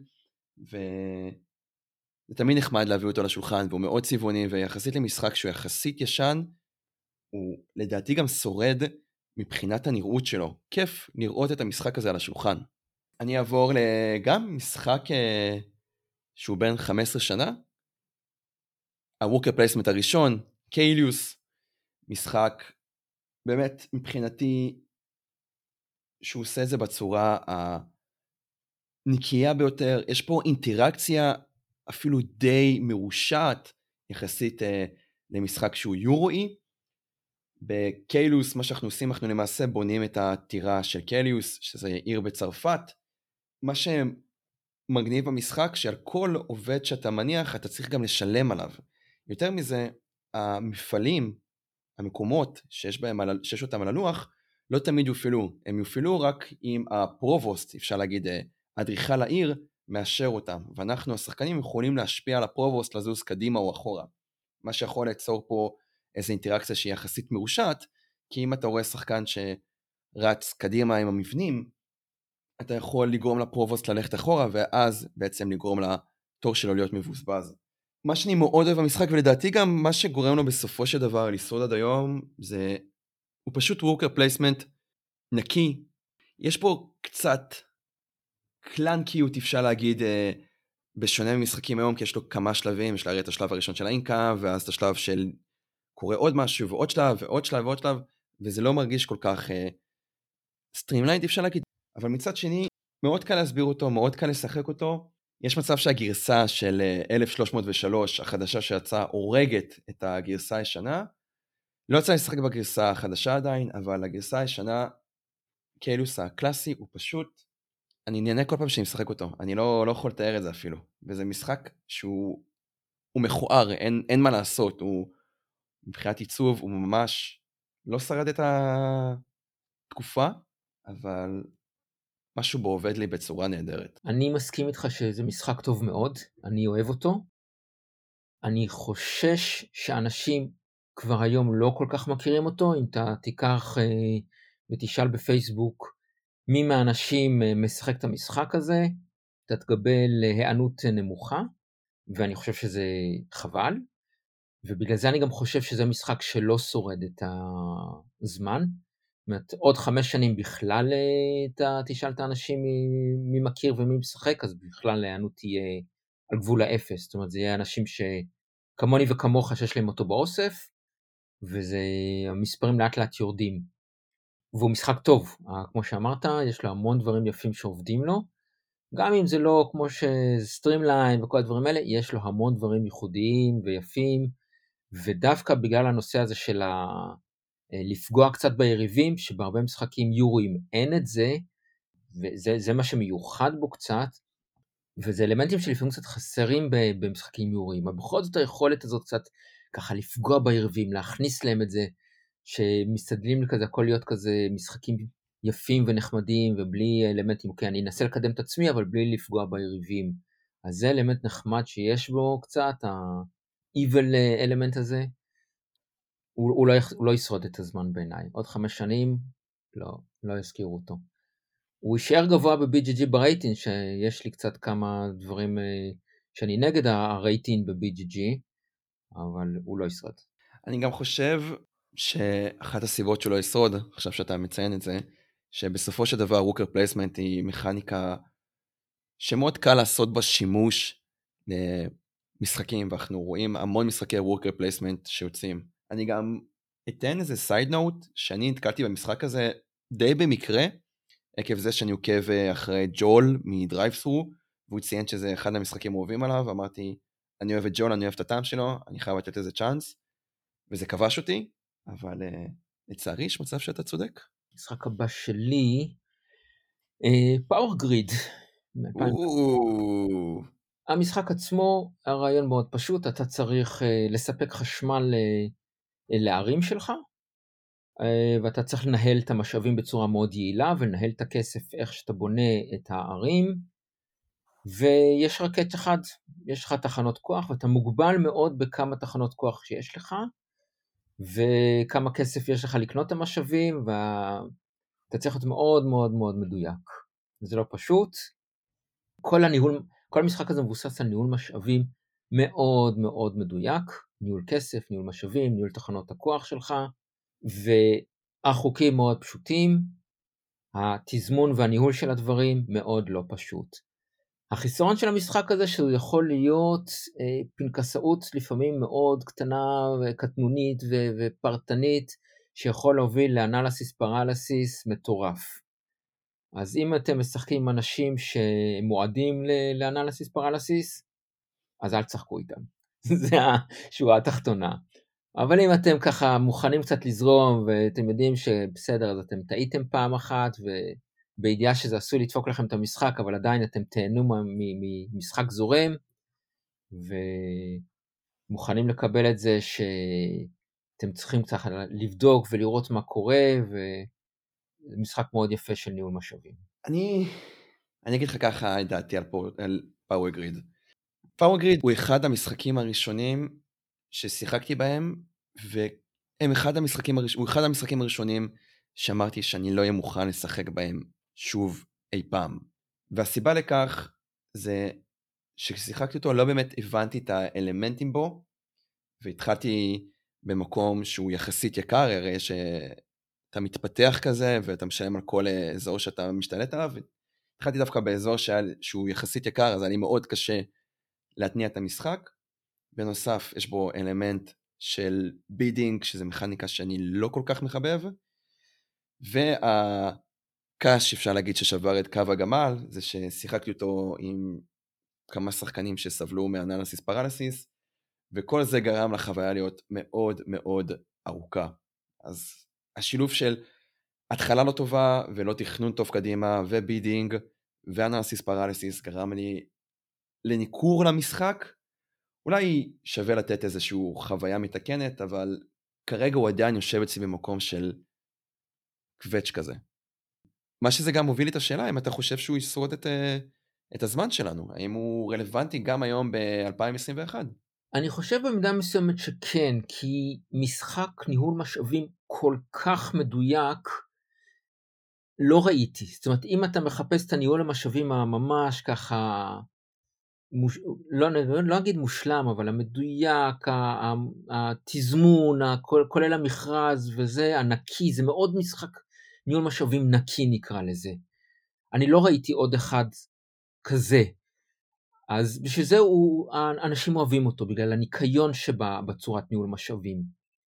וזה תמיד נחמד להביא אותו לשולחן, והוא מאוד צבעוני, ויחסית למשחק שהוא יחסית ישן, הוא לדעתי גם שורד מבחינת הנראות שלו. כיף לראות את המשחק הזה על השולחן. אני אעבור גם משחק שהוא בין חמש עשרה שנה, הוורקר פלייסמנט הראשון, קייליוס, משחק באמת מבחינתי שהוא עושה את זה בצורה הנקייה ביותר. יש פה אינטראקציה אפילו די מרושעת יחסית אה, למשחק שהוא יורואי. בקייליוס מה שאנחנו עושים, אנחנו למעשה בונים את הטירה של קייליוס, שזה עיר בצרפת. מה שמגניב במשחק שעל כל עובד שאתה מניח אתה צריך גם לשלם עליו. יותר מזה, המפעלים, המקומות שיש בהם, שיש אותם על הלוח, לא תמיד יופעלו, הם יופעלו רק אם הפרובוסט, אפשר להגיד, אדריכל העיר, מאשר אותם, ואנחנו השחקנים יכולים להשפיע על הפרובוסט לזוז קדימה או אחורה, מה שיכול ליצור פה איזו אינטראקציה שהיא יחסית מרושעת, כי אם אתה רואה שחקן שרץ קדימה עם המבנים, אתה יכול לגרום לפרובוסט ללכת אחורה, ואז בעצם לגרום לתור שלו להיות מבוזבז. מה שאני מאוד אוהב במשחק, ולדעתי גם מה שגורם לו בסופו של דבר לשרוד עד היום, זה הוא פשוט וורקר פלייסמנט נקי. יש פה קצת קלנקיות, אפשר להגיד, בשונה ממשחקים היום, כי יש לו כמה שלבים. יש להראה את השלב הראשון של האינקה, ואז את השלב של קורה עוד משהו, ועוד שלב, ועוד שלב, ועוד שלב, וזה לא מרגיש כל כך סטרימליינד, אפשר להגיד. אבל מצד שני, מאוד קל להסביר אותו, מאוד קל לשחק אותו. יש מצב שהגרסה של אלף שלוש מאות ושלוש, החדשה שיצאה, הורגת את הגרסה הישנה. לא יצא לשחק בגרסה החדשה עדיין, אבל הגרסה הישנה, כאלוס הקלאסי, הוא פשוט, אני נהנה כל פעם שאני משחק אותו, אני לא, לא יכול לתאר את זה אפילו, וזה משחק שהוא הוא מכוער, אין, אין מה לעשות, הוא מבחינת עיצוב, הוא ממש לא שרד את התקופה, אבל משהו בו עובד לי בצורה נהדרת. אני מסכים איתך שזה משחק טוב מאוד, אני אוהב אותו. אני חושש שאנשים כבר היום לא כל כך מכירים אותו, אם אתה תיקח אה, ותשאל בפייסבוק מי מהאנשים אה, משחק את המשחק הזה, אתה תקבל הענות נמוכה, ואני חושב שזה חבל, ובגלל זה אני גם חושב שזה משחק שלא שורד את הזמן. זאת אומרת, עוד חמש שנים בכלל אתה תשאל את האנשים מי, מי מכיר ומי משחק, אז בכלל הענות תהיה על גבול האפס. זאת אומרת, זה יהיה אנשים שכמוני וכמוך שיש להם אותו באוסף, וזה המספרים לאט לאט יורדים. והוא משחק טוב, כמו שאמרת, יש לו המון דברים יפים שעובדים לו, גם אם זה לא כמו שסטרימליין וכל הדברים האלה, יש לו המון דברים ייחודיים ויפים, ודווקא בגלל הנושא הזה של ה... לפגוע קצת ביריבים, שבהרבה משחקים יורים אין את זה, וזה זה מה שמיוחד בו קצת, וזה אלמנטים שלפעמים קצת חסרים במשחקים יורים, אבל בכל זאת היכולת הזאת קצת ככה לפגוע ביריבים, להכניס להם את זה, שמסתדלים לכזה, הכל להיות כזה משחקים יפים ונחמדים, ובלי אלמנטים, אוקיי, אני אנסה לקדם את עצמי, אבל בלי לפגוע ביריבים. אז זה אלמנט נחמד שיש בו קצת, ה-evil אלמנט הזה, הוא, הוא, לא, הוא לא ישרוד את הזמן בעיניי. עוד חמש שנים, לא, לא יזכירו אותו. הוא יישאר גבוה ב-בי ג'י ג'י ברייטינג, שיש לי קצת כמה דברים שאני נגד הרייטינג ב-בי ג'י ג'י, אבל הוא לא ישרוד. אני גם חושב שאחת הסיבות שהוא לא ישרוד, עכשיו שאתה מציין את זה, שבסופו של דבר ווקר פלייסמנט היא מכניקה שמאוד קל לעשות בה שימוש למשחקים, ואנחנו רואים המון משחקי ווקר פלייסמנט שיוצאים. אני גם אתן איזה סייד נוט, שאני נתקלתי במשחק הזה די במקרה, עקב זה שאני עוקב אחרי ג'ול מדרייב-ת'רו, והוא ציין שזה אחד המשחקים אוהבים עליו, ואמרתי, אני אוהב את ג'ול, אני אוהב את הטעם שלו, אני חייב לתת איזה צ'אנס, וזה כבש אותי, אבל uh, לצערי יש מצב שאתה צודק. המשחק הבא שלי, פאוור גריד. המשחק עצמו, הרעיון מאוד פשוט, אתה צריך uh, לספק חשמל uh, לערים שלך, uh, ואתה צריך לנהל את המשאבים בצורה מאוד יעילה, ולנהל את הכסף איך שאתה בונה את הערים, ויש רק את אחד, יש לך תחנות כוח, ואתה מוגבל מאוד בכמה תחנות כוח שיש לך, וכמה כסף יש לך לקנות את המשאבים, ואתה צריך להיות מאוד מאוד מאוד מדויק. זה לא פשוט. כל הניהול, כל המשחק הזה מבוסס על ניהול משאבים מאוד מאוד מדויק, ניהול כסף, ניהול משאבים, ניהול תחנות הכוח שלך, והחוקים מאוד פשוטים, התזמון והניהול של הדברים מאוד לא פשוט. החיסרון של המשחק הזה שהוא יכול להיות אה, פנקסאות לפעמים מאוד קטנה וקטנונית ו- ופרטנית, שיכול להוביל לאנליסיס פרליסיס מטורף. אז אם אתם משחקים עם אנשים שמועדים ל- לאנליסיס פרליסיס, אז אל תשחקו איתם. זה השורה התחתונה. אבל אם אתם ככה מוכנים קצת לזרום, ואתם יודעים שבסדר, אז אתם טעיתם פעם אחת, ו... בידיעה שזה עשוי לדפוק לכם את המשחק, אבל עדיין אתם תהנו ממשחק זורם, ומוכנים לקבל את זה שאתם צריכים קצת לבדוק ולראות מה קורה, וזה משחק מאוד יפה של ניהול משאבים. אני, אני אגיד לך ככה את דעתי על, על פאוור גריד. פאוור גריד הוא אחד המשחקים הראשונים ששיחקתי בהם, והם אחד המשחקים, הראש... הוא אחד המשחקים הראשונים שאמרתי שאני לא אהיה מוכן לשחק בהם שוב אי פעם. והסיבה לכך זה שכשיחקתי אותו לא באמת הבנתי את האלמנטים בו, והתחלתי במקום שהוא יחסית יקר, הרי שאתה מתפתח כזה ואתה משלם על כל אזור שאתה משתלט עליו, והתחלתי דווקא באזור שהוא יחסית יקר, אז היה לי מאוד קשה להתניע את המשחק. בנוסף יש בו אלמנט של בידינג, שזה מכניקה שאני לא כל כך מחבב, והקש שאפשר להגיד ששבר את קו הגמל, זה ששיחקתי אותו עם כמה שחקנים שסבלו מאנליסיס פרליסיס, וכל זה גרם לחוויה להיות מאוד מאוד ארוכה. אז השילוב של התחלה לא טובה, ולא תכנון טוב קדימה, ובידינג, ואנליסיס פרליסיס, גרם לי לניקור למשחק. אולי שווה לתת איזושהי חוויה מתקנת, אבל כרגע הוא עדיין יושב אצלי במקום של קווץ' כזה. מה שזה גם מוביל את השאלה, אם אתה חושב שהוא ישרוד את, את הזמן שלנו, האם הוא רלוונטי גם היום ב-אלפיים עשרים ואחת? אני חושב במידה מסוימת שכן, כי משחק ניהול משאבים כל כך מדויק, לא ראיתי. זאת אומרת, אם אתה מחפש את הניהול המשאבים הממש ככה, מוש... לא, לא אגיד מושלם, אבל המדויק, התזמון, כולל המכרז וזה, הנקי, זה מאוד משחק ניהול משאבים נקי נקרא לזה. אני לא ראיתי עוד אחד כזה. אז בשביל זה הוא, אנשים אוהבים אותו, בגלל הניקיון שבה בצורת ניהול משאבים.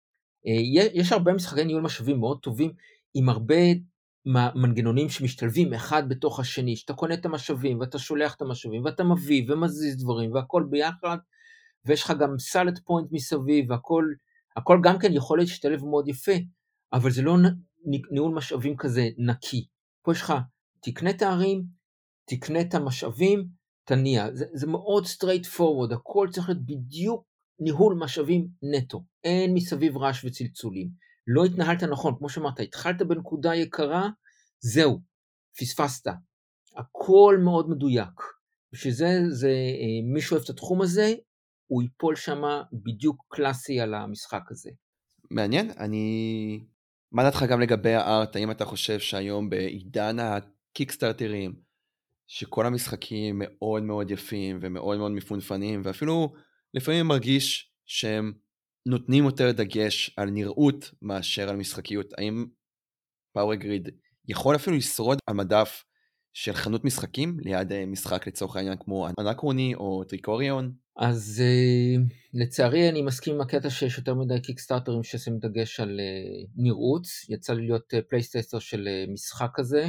יש הרבה משחקי ניהול משאבים מאוד טובים, עם הרבה מנגנונים שמשתלבים אחד בתוך השני, שאתה קונה את המשאבים, ואתה שולח את המשאבים, ואתה מביא ומזיז דברים, והכל ביחד, ויש לך גם סלט פוינט מסביב, והכל, הכל גם כן יכול להשתלב מאוד יפה, אבל זה לא ניהול משאבים כזה נקי. פה יש לך, תקנה את הערים, תקנה את המשאבים, תניע. זה, זה מאוד straight forward, הכל צריך להיות בדיוק ניהול משאבים נטו. אין מסביב רעש וצלצולים. לא התנהלת נכון, כמו שאמרת, התחלת בנקודה יקרה, זהו, פספסת. הכל מאוד מדויק. בשביל זה, זה, מי שאוהב את התחום הזה, הוא ייפול שם בדיוק קלאסי על המשחק הזה. מעניין, אני... מה דעתך גם לגבי הארט? האם אתה חושב שהיום בעידן הקיקסטארטרים, שכל המשחקים מאוד מאוד יפים ומאוד מאוד מפונפנים, ואפילו לפעמים מרגיש שהם נותנים יותר דגש על נראות מאשר על משחקיות, האם פאוור גריד יכול אפילו לשרוד על מדף של חנות משחקים ליד משחק לצורך העניין כמו אנקרוני או טריקוריון? אז uh, לצערי אני מסכים עם הקטע שיש יותר מדי קיקסטארטרים שעושים דגש על uh, נראות. יצא לי להיות uh, פלייסטייסטר של uh, משחק כזה,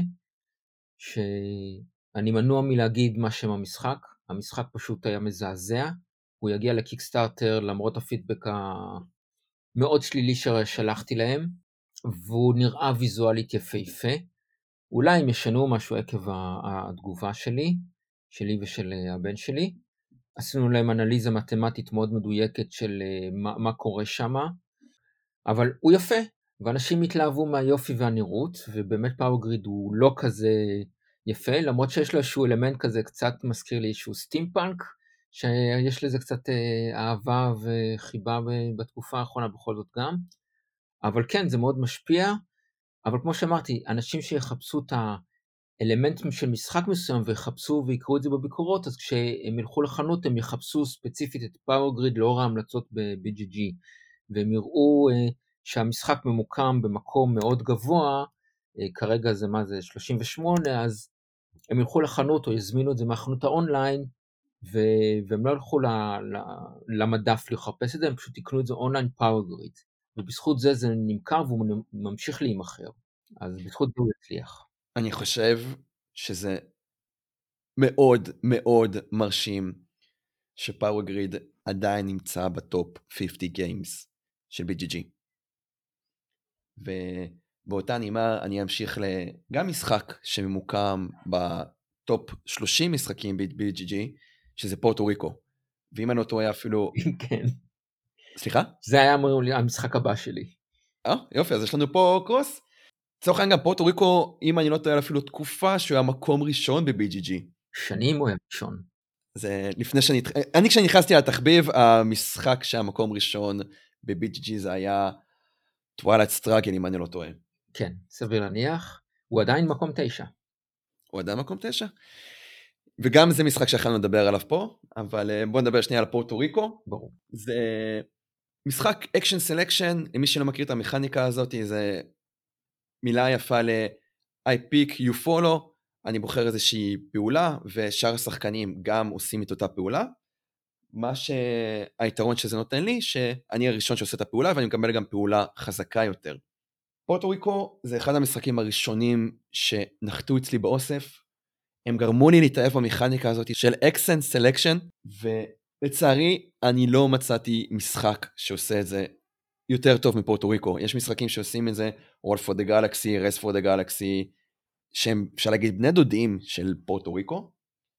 שאני מנוע מלהגיד מה שם המשחק. המשחק פשוט היה מזעזע. הוא יגיע לקיקסטארטר למרות הפידבק המאוד שלילי ששלחתי להם, והוא נראה ויזואלית יפהפה. אולי הם ישנו משהו עקב התגובה שלי, שלי ושל הבן שלי. עשינו להם אנליזה מתמטית מאוד מדויקת של מה, מה קורה שם, אבל הוא יפה, ואנשים התלהבו מהיופי והנראות, ובאמת פאוור גריד הוא לא כזה יפה, למרות שיש לו איזשהו אלמנט כזה, קצת מזכיר לי איזשהו סטימפאנק, שיש לזה קצת אהבה וחיבה בתקופה האחרונה בכל זאת גם, אבל כן, זה מאוד משפיע, אבל כמו שאמרתי, אנשים שיחפשו את האלמנטים של משחק מסוים, ויחפשו ויקראו את זה בביקורות, אז כשהם ילכו לחנות, הם יחפשו ספציפית את פאוור גריד לאור ההמלצות ב-בי ג'י ג'י, והם יראו שהמשחק ממוקם במקום מאוד גבוה, כרגע זה מה זה, שלושים ושמונה, אז הם ילכו לחנות או יזמינו את זה מהחנות האונליין, והם לא ילכו למדף לחפש את זה, הם פשוט יקנו את זה אונליין פאוור גריד, ובזכות זה זה נמכר והוא ממשיך להימכר, אז בזכות זה הוא יצליח. אני חושב שזה מאוד מאוד מרשים שפאוור גריד עדיין נמצא בטופ חמישים גיימס של בי ג'י ג'י, ובאותה נימה אני אמשיך גם משחק שממוקם בטופ שלושים משחקים ב-בי ג'י ג'י, שזה פורטו ריקו, ואם אני לא טועה אפילו... כן. סליחה? זה היה המשחק הבא שלי. אה, יופי, אז יש לנו פה קרוס. צורך העניין גם פורטו ריקו, אם אני לא טועה אפילו תקופה שהוא היה מקום ראשון ב-בי ג'י ג'י. שנים הוא היה ראשון. זה לפני שאני... אני כשאני נכנסתי לתחביב, המשחק שהיה מקום ראשון ב-בי ג'י ג'י זה היה טווילייט סטראגל, אם אני לא טועה. כן, סביר להניח. הוא עדיין מקום תשע. הוא עדיין מקום תשע. וגם זה משחק שיכולנו לדבר עליו פה, אבל בואו נדבר שנייה על פורטו ריקו. ברור. זה משחק אקשן סלקשן, למי שלא מכיר את המכניקה הזאת, זה מילה יפה ל-I pick, you follow, אני בוחר איזושהי פעולה, ושאר השחקנים גם עושים את אותה פעולה. מה שהיתרון שזה נותן לי, שאני הראשון שעושה את הפעולה, ואני מקבל גם פעולה חזקה יותר. פורטו ריקו זה אחד המשחקים הראשונים שנחתו אצלי באוסף, הם גרמו לי להתאהב במכניקה הזאת של accent selection, ולצערי אני לא מצאתי משחק שעושה את זה יותר טוב מפורטו ריקו. יש משחקים שעושים את זה, Roll for the Galaxy, Race for the Galaxy, שהם, אפשר להגיד, בני דודים של פורטו ריקו,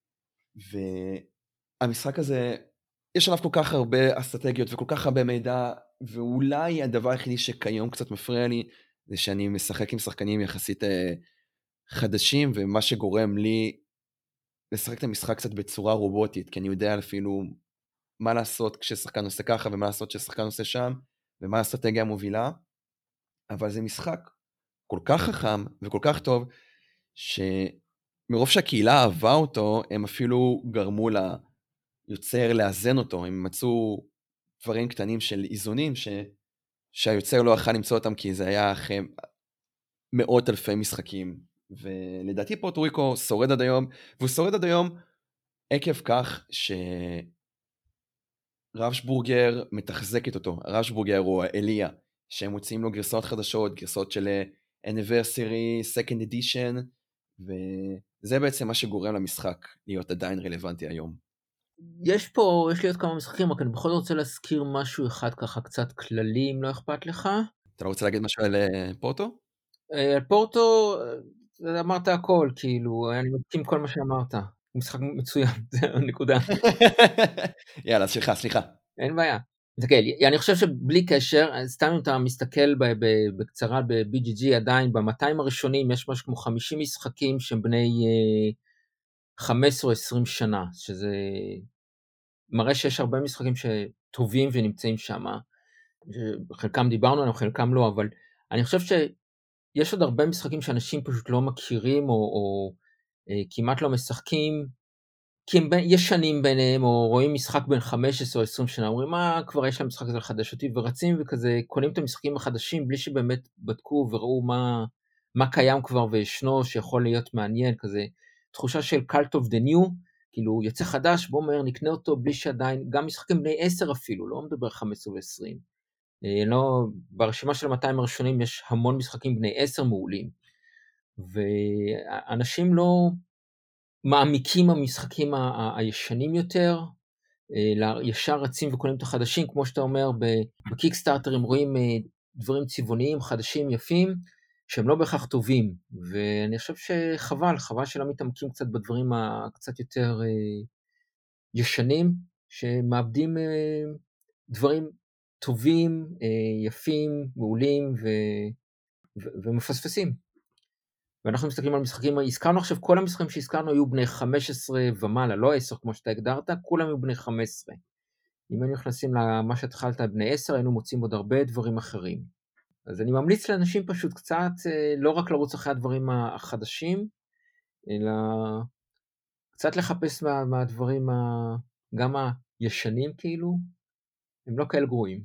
והמשחק הזה, יש עליו כל כך הרבה אסטרטגיות וכל כך הרבה מידע, ואולי הדבר היחידי שכיום קצת מפריע לי, זה שאני משחק עם שחקנים יחסית אה, חדשים, ומה שגורם לי לשחק את המשחק קצת בצורה רובוטית, כי אני יודע אפילו מה לעשות כששחקן עושה ככה, ומה לעשות כששחקן עושה שם, ומה האסטרטגיה המובילה, אבל זה משחק כל כך חכם וכל כך טוב, שמרוב שהקהילה אהבה אותו, הם אפילו גרמו ליוצר לאזן אותו, הם מצאו דברים קטנים של איזונים, ש... שהיוצר לא יכול למצוא אותם, כי זה היה אחרי מאות אלפי משחקים, ולדעתי פורטו ריקו שורד עד היום, והוא שורד עד היום עקב כך שרבשבורגר מתחזקת אותו. רבשבורגר הוא אליה, שהם מוצאים לו גרסאות חדשות, גרסאות של Anniversary, Second Edition, וזה בעצם מה שגורם למשחק להיות עדיין רלוונטי היום. יש פה, יש לי עוד כמה משחקים, רק אני בכל זאת רוצה להזכיר משהו אחד ככה קצת כללי, אם לא אכפת לך. אתה לא רוצה להגיד משהו על פורטו? על פורטו, אמרת הכל, כאילו, אני מסכים כל מה שאמרת. משחק מצוין, זה הנקודה. יאללה, סליחה, סליחה. אין בעיה. תסתכל, אני חושב שבלי קשר, סתם אם אתה מסתכל בקצרה ב-בי ג'י ג'י, עדיין ב-מאתיים הראשונים יש משהו כמו חמישים משחקים שהם בני חמש עשרה או עשרים שנה, שזה מראה שיש הרבה משחקים שטובים ונמצאים שם. חלקם דיברנו עליהם, חלקם לא, אבל אני חושב שיש עוד הרבה משחקים שאנשים פשוט לא מכירים או, או כמעט לא משחקים, כי הם ישנים ביניהם, או רואים משחק בין חמש עשרה או עשרים שנה, אומרים, מה, כבר יש להם משחק הזה לחדש אותי, ורצים וכזה, קונים את המשחקים החדשים, בלי שבאמת בדקו וראו מה, מה קיים כבר וישנו, שיכול להיות מעניין, כזה, תחושה של cult of the new, כאילו, יוצא חדש, בוא מהר, נקנה אותו, בלי שעדיין, גם משחקים בני עשר אפילו, לא מדבר חמש עשרה ו-עשרים. לא, ברשימה של מאתיים הראשונים יש המון משחקים בני עשר מעולים, ואנשים לא מעמיקים המשחקים ה- הישנים יותר, ישר רצים וקונים את החדשים, כמו שאתה אומר, בקיקסטארטרים רואים דברים צבעוניים, חדשים, יפים, שהם לא בהכרח טובים, ואני חושב שחבל, חבל שלא מתעמקים קצת בדברים הקצת יותר ישנים, שמאבדים דברים טובים, יפים, מעולים ו- ו- ומפספסים. ואנחנו מסתכלים על משחקים, הזכרנו עכשיו, כל המשחקים שהזכרנו היו בני חמש עשרה ומעלה, לא עשר כמו שאתה הגדרת, כולם היו בני חמש עשרה. אם היינו נכנסים למה שהתחלת בני עשר, היינו מוצאים עוד הרבה דברים אחרים. אז אני ממליץ לאנשים פשוט קצת, לא רק לרוץ אחרי הדברים החדשים, אלא קצת לחפש מה, מהדברים גם הישנים כאילו, הם לא כאלה גרועים.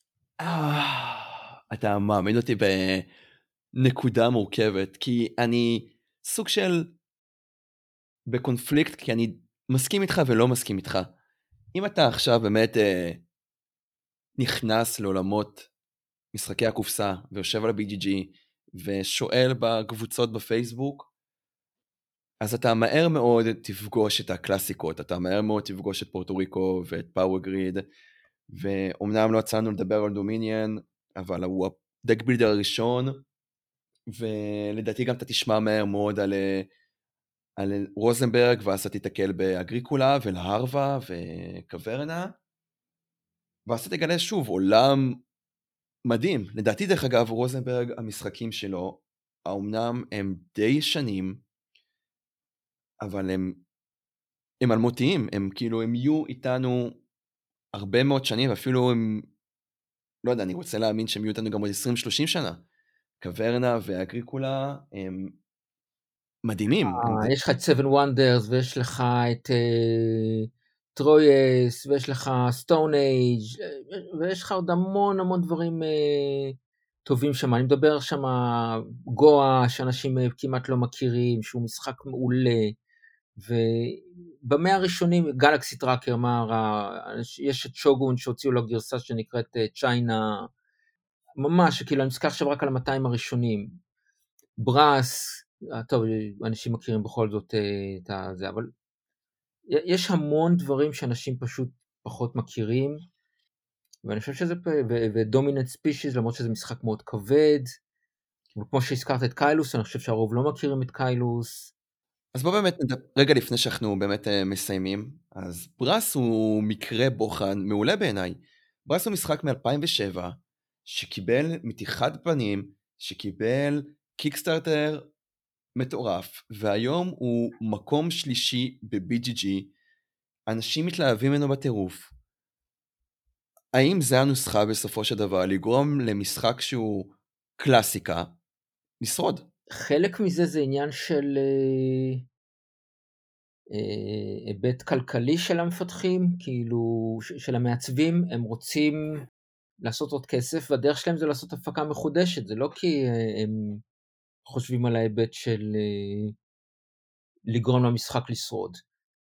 אתה מאמין אותי בנקודה מורכבת, כי אני סוג של בקונפליקט, כי אני מסכים איתך ולא מסכים איתך. אם אתה עכשיו באמת אה, נכנס לעולמות משחקי הקופסה, ויושב על ה-בי ג'י ג'י, ושואל בקבוצות בפייסבוק, אז אתה מהר מאוד תפגוש את הקלאסיקות, אתה מהר מאוד תפגוש את פורטו ריקו ואת פאוור גריד, ואומנם לא יצאנו לדבר על דומיניאן, אבל הוא הדק בילדר הראשון, ולדעתי גם אתה תשמע מהר מאוד על, על רוזנברג, ואז אתה תתקל באגריקולה ולהרווה וקוורנה, ואז אתה תגלה שוב עולם מדהים. לדעתי דרך אגב רוזנברג המשחקים שלו, האומנם הם די ישנים, אבל הם, הם אלמותיים, הם כאילו הם יהיו איתנו הרבה מאוד שנים, ואפילו הם, לא יודע, אני רוצה להאמין שהם יהיו איתנו גם עוד עשרים שלושים שנה. קוורנה ואגריקולה הם מדהימים. אה, יש לך את Seven Wonders, ויש לך את טרויס, ויש לך סטון אייג', ויש לך עוד המון המון דברים טובים שם. אני מדבר שם גואה, שאנשים כמעט לא מכירים, שהוא משחק מעולה, ובמאה הראשונים, גלקסי טראקר, מה רע, יש את שוגון שהוציאו לו גרסה שנקראת צ'יינה, ממש, כאילו אני מסתכל עכשיו רק על ה-מאתיים הראשונים, ברס, טוב, אנשים מכירים בכל זאת את זה, אבל יש המון דברים שאנשים פשוט פחות מכירים, ואני חושב שזה, ו-Dominant Species, למרות שזה משחק מאוד כבד, וכמו שהזכרת את קיילוס, אני חושב שהרוב לא מכירים את קיילוס. אז בוא באמת, רגע לפני שאנחנו באמת מסיימים, אז ברס הוא מקרה בוחן מעולה בעיניי. ברס הוא משחק מ-אלפיים ושבע, שקיבל מתיחת פנים, שקיבל קיקסטארטר מטורף, והיום הוא מקום שלישי ב-בי ג'י ג'י, אנשים מתלהבים ממנו בטירוף. האם זה הנוסחה בסופו של דבר, לגרום למשחק שהוא קלאסיקה, לשרוד? חלק מזה זה עניין של היבט כלכלי של המפתחים, כאילו של המעצבים, הם רוצים לעשות עוד כסף, והדרך שלהם זה לעשות הפקה מחודשת, זה לא כי הם חושבים על ההיבט של לגרום למשחק לשרוד.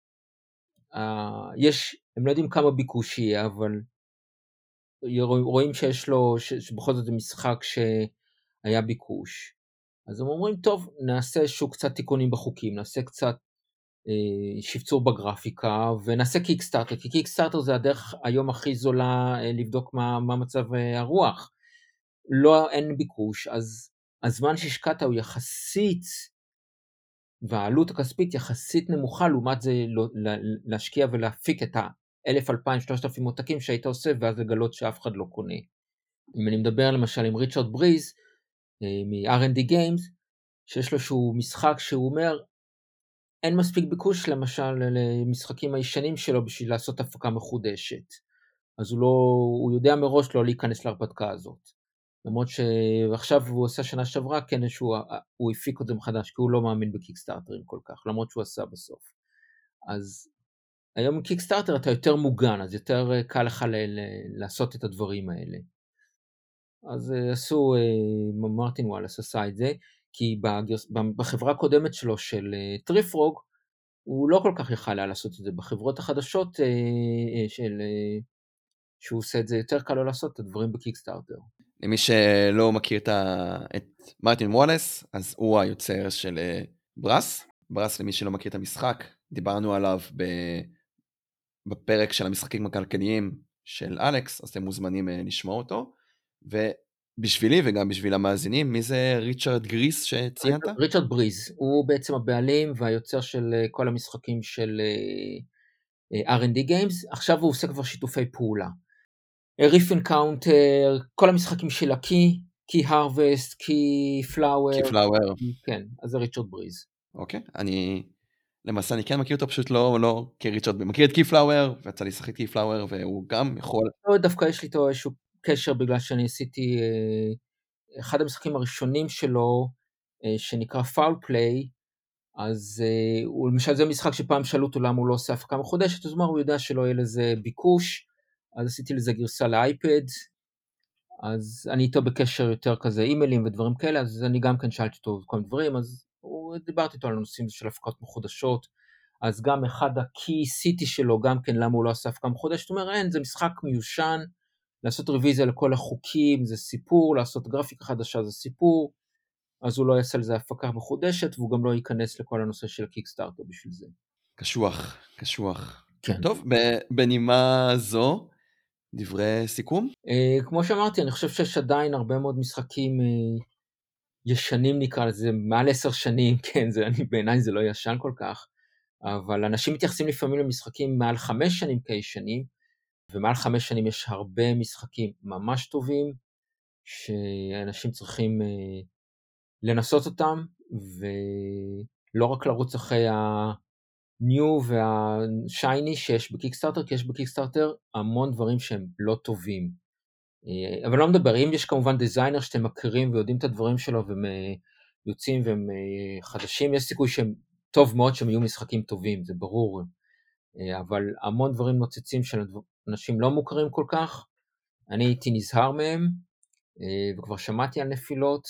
יש, הם לא יודעים כמה ביקוש יהיה, אבל רואים שיש לו, שבכל זאת זה משחק שהיה ביקוש. אז הם אומרים, טוב, נעשה שוב קצת תיקונים בחוקים, נעשה קצת אה, שפצור בגרפיקה, ונעשה קיקסטארטר, כי קיקסטארטר זה הדרך היום הכי זולה אה, לבדוק מה, מה מצב אה, הרוח. לא, אין ביקוש, אז הזמן שהשקעת הוא יחסית, והעלות הכספית יחסית נמוכה, לעומת זה לא, להשקיע ולהפיק את ה-אלף, אלפיים, שלושת אלפים מותקים שהיית עושה, ואז לגלות שאף אחד לא קונה. אם אני מדבר למשל עם ריצ'רד בריז, מ-אר אנד די Games, שיש לו שהוא משחק שהוא אומר, אין מספיק ביקוש למשל למשחקים הישנים שלו בשביל לעשות הפקה מחודשת. אז הוא, לא, הוא יודע מראש לא להיכנס להרפתקה הזאת. למרות שעכשיו הוא עושה שנה שעברה, כן שהוא, הוא הפיק את זה מחדש, כי הוא לא מאמין בקיקסטארטרים כל כך, למרות שהוא עשה בסוף. אז היום עם קיקסטארטר אתה יותר מוגן, אז יותר קל לך ל- ל- לעשות את הדברים האלה. אז עשו, מרטין וואלס עשה את זה, כי בחברה הקודמת שלו של טריפרוג, הוא לא כל כך יכל לעשות את זה. בחברות החדשות של, שהוא עושה את זה, יותר קל לו לעשות את הדברים בקיקסטארטר. למי שלא מכיר את, את מרטין וואלס, אז הוא היוצר של ברס. ברס, למי שלא מכיר את המשחק, דיברנו עליו בפרק של המשחקים הכלכליים של אלכס, אז אתם מוזמנים לשמוע אותו. ובשבילי וגם בשביל המאזינים, מי זה ריצ'רד גריס שציינת? ריצ'רד בריז, הוא בעצם הבעלים והיוצר של כל המשחקים של אר אנד די Games, עכשיו הוא עושה כבר שיתופי פעולה. ריף אנקאונטר, כל המשחקים של הקי, קי הרווסט, קי פלאואר. קי פלאואר. כן, אז זה ריצ'רד בריז. אוקיי, אני, למעשה אני כן מכיר אותו, פשוט לא, לא כריצ'רד, מכיר את קי פלאואר, ויצא לי לשחק קי פלאואר, והוא גם יכול... לא, דווקא יש לי איתו איזשהו קשר, בגלל שאני עשיתי, אחד המשחקים הראשונים שלו, שנקרא פאול פליי, אז הוא, למשל זה משחק שפעם שאלו אותו למה הוא לא עושה הפקה מחודשת, אז הוא אומר, הוא יודע שלא יהיה לזה ביקוש, אז עשיתי לזה גרסה לאייפד, אז אני איתו בקשר יותר כזה אימיילים ודברים כאלה, אז אני גם כן שאלתי אותו כל מיני דברים, אז דיברתי איתו על הנושאים של הפקות מחודשות, אז גם אחד הקי סיטי שלו, גם כן למה הוא לא עושה הפקה מחודשת, הוא אומר, אין, זה משחק מיושן, לעשות רוויזיה לכל החוקים, זה סיפור, לעשות גרפיקה חדשה זה סיפור, אז הוא לא יעשה לזה הפקה מחודשת, והוא גם לא ייכנס לכל הנושא של הקיקסטארטר בשביל זה. קשוח, קשוח. כן. טוב, בנימה זו, דברי סיכום? Uh, כמו שאמרתי, אני חושב שיש עדיין הרבה מאוד משחקים uh, ישנים נקרא לזה, מעל עשר שנים, כן, זה, אני, בעיניי זה לא ישן כל כך, אבל אנשים מתייחסים לפעמים למשחקים מעל חמש שנים כישנים, ומעל חמש שנים יש הרבה משחקים ממש טובים, שאנשים צריכים uh, לנסות אותם, ולא רק לרוץ אחרי הניו והשייני שיש בקיקסטארטר, כי יש בקיקסטארטר המון דברים שהם לא טובים. אבל לא מדבר, אם יש כמובן דיזיינר שאתם מכירים ויודעים את הדברים שלו, והם יוצאים והם חדשים, יש סיכוי שהם טוב מאוד שהם יהיו משחקים טובים, זה ברור. אבל המון דברים נוצצים של אנשים לא מוכרים כל כך, אני הייתי נזהר מהם, וכבר שמעתי על נפילות,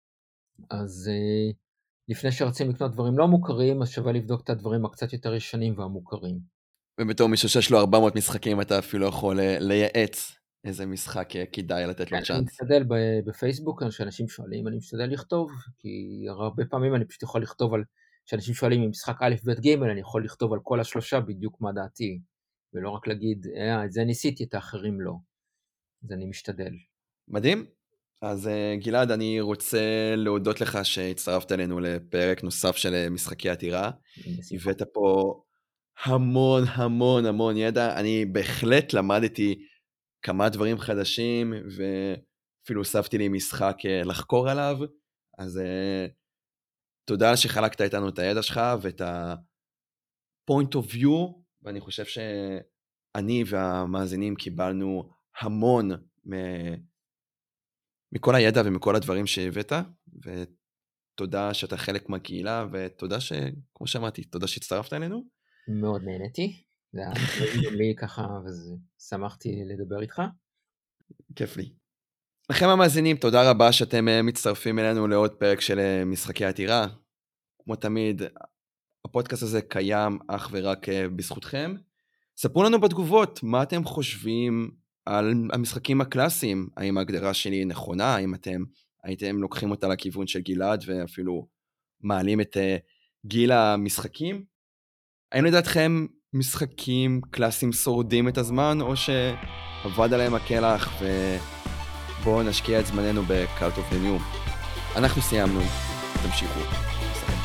אז לפני שרצים לקנות דברים לא מוכרים, אז שווה לבדוק את הדברים הקצת יותר ישנים והמוכרים. ובתור מישהו שיש לו ארבע מאות משחקים, אתה אפילו יכול לייעץ איזה משחק כדאי לתת לו אני צ'אנס. משתדל בפייסבוק, כשאנשים שואלים, אני משתדל לכתוב, כי הרבה פעמים אני פשוט יכול לכתוב על, כשאנשים שואלים ממשחק א' ב' ג', אני יכול לכתוב על כל השלושה בדיוק מה דעתי, ולא רק להגיד, אה, את זה ניסיתי, את האחרים לא. אז אני משתדל. מדהים. אז גלעד, אני רוצה להודות לך שהצטרפת אלינו לפרק נוסף של משחקי עתירה. הבאת פה המון המון המון ידע. אני בהחלט למדתי כמה דברים חדשים, ואפילו הוספתי לי משחק לחקור עליו. אז תודה שחלקת איתנו את הידע שלך ואת ה-point of view, ואני חושב שאני והמאזינים קיבלנו המון מ- מכל הידע ומכל הדברים שהבאת, ותודה שאתה חלק מהקהילה, ותודה ש, כמו שאמרתי, תודה שהצטרפת אלינו. מאוד נהניתי, זה היה לי ככה, ושמחתי לדבר איתך. כיף לי. לכם המאזינים, תודה רבה שאתם מצטרפים אלינו לעוד פרק של משחקי עתירה. כמו תמיד, הפודקאסט הזה קיים אך ורק בזכותכם. ספרו לנו בתגובות מה אתם חושבים על המשחקים הקלאסיים. האם ההגדרה שלי נכונה? האם אתם הייתם לוקחים אותה לכיוון של גלעד ואפילו מעלים את גיל המשחקים? האם לדעתכם משחקים קלאסיים שורדים את הזמן, או שעבד עליהם הקלח ובואו נשקיע את זמננו ב-Cult of the New? אנחנו סיימנו, תמשיכו.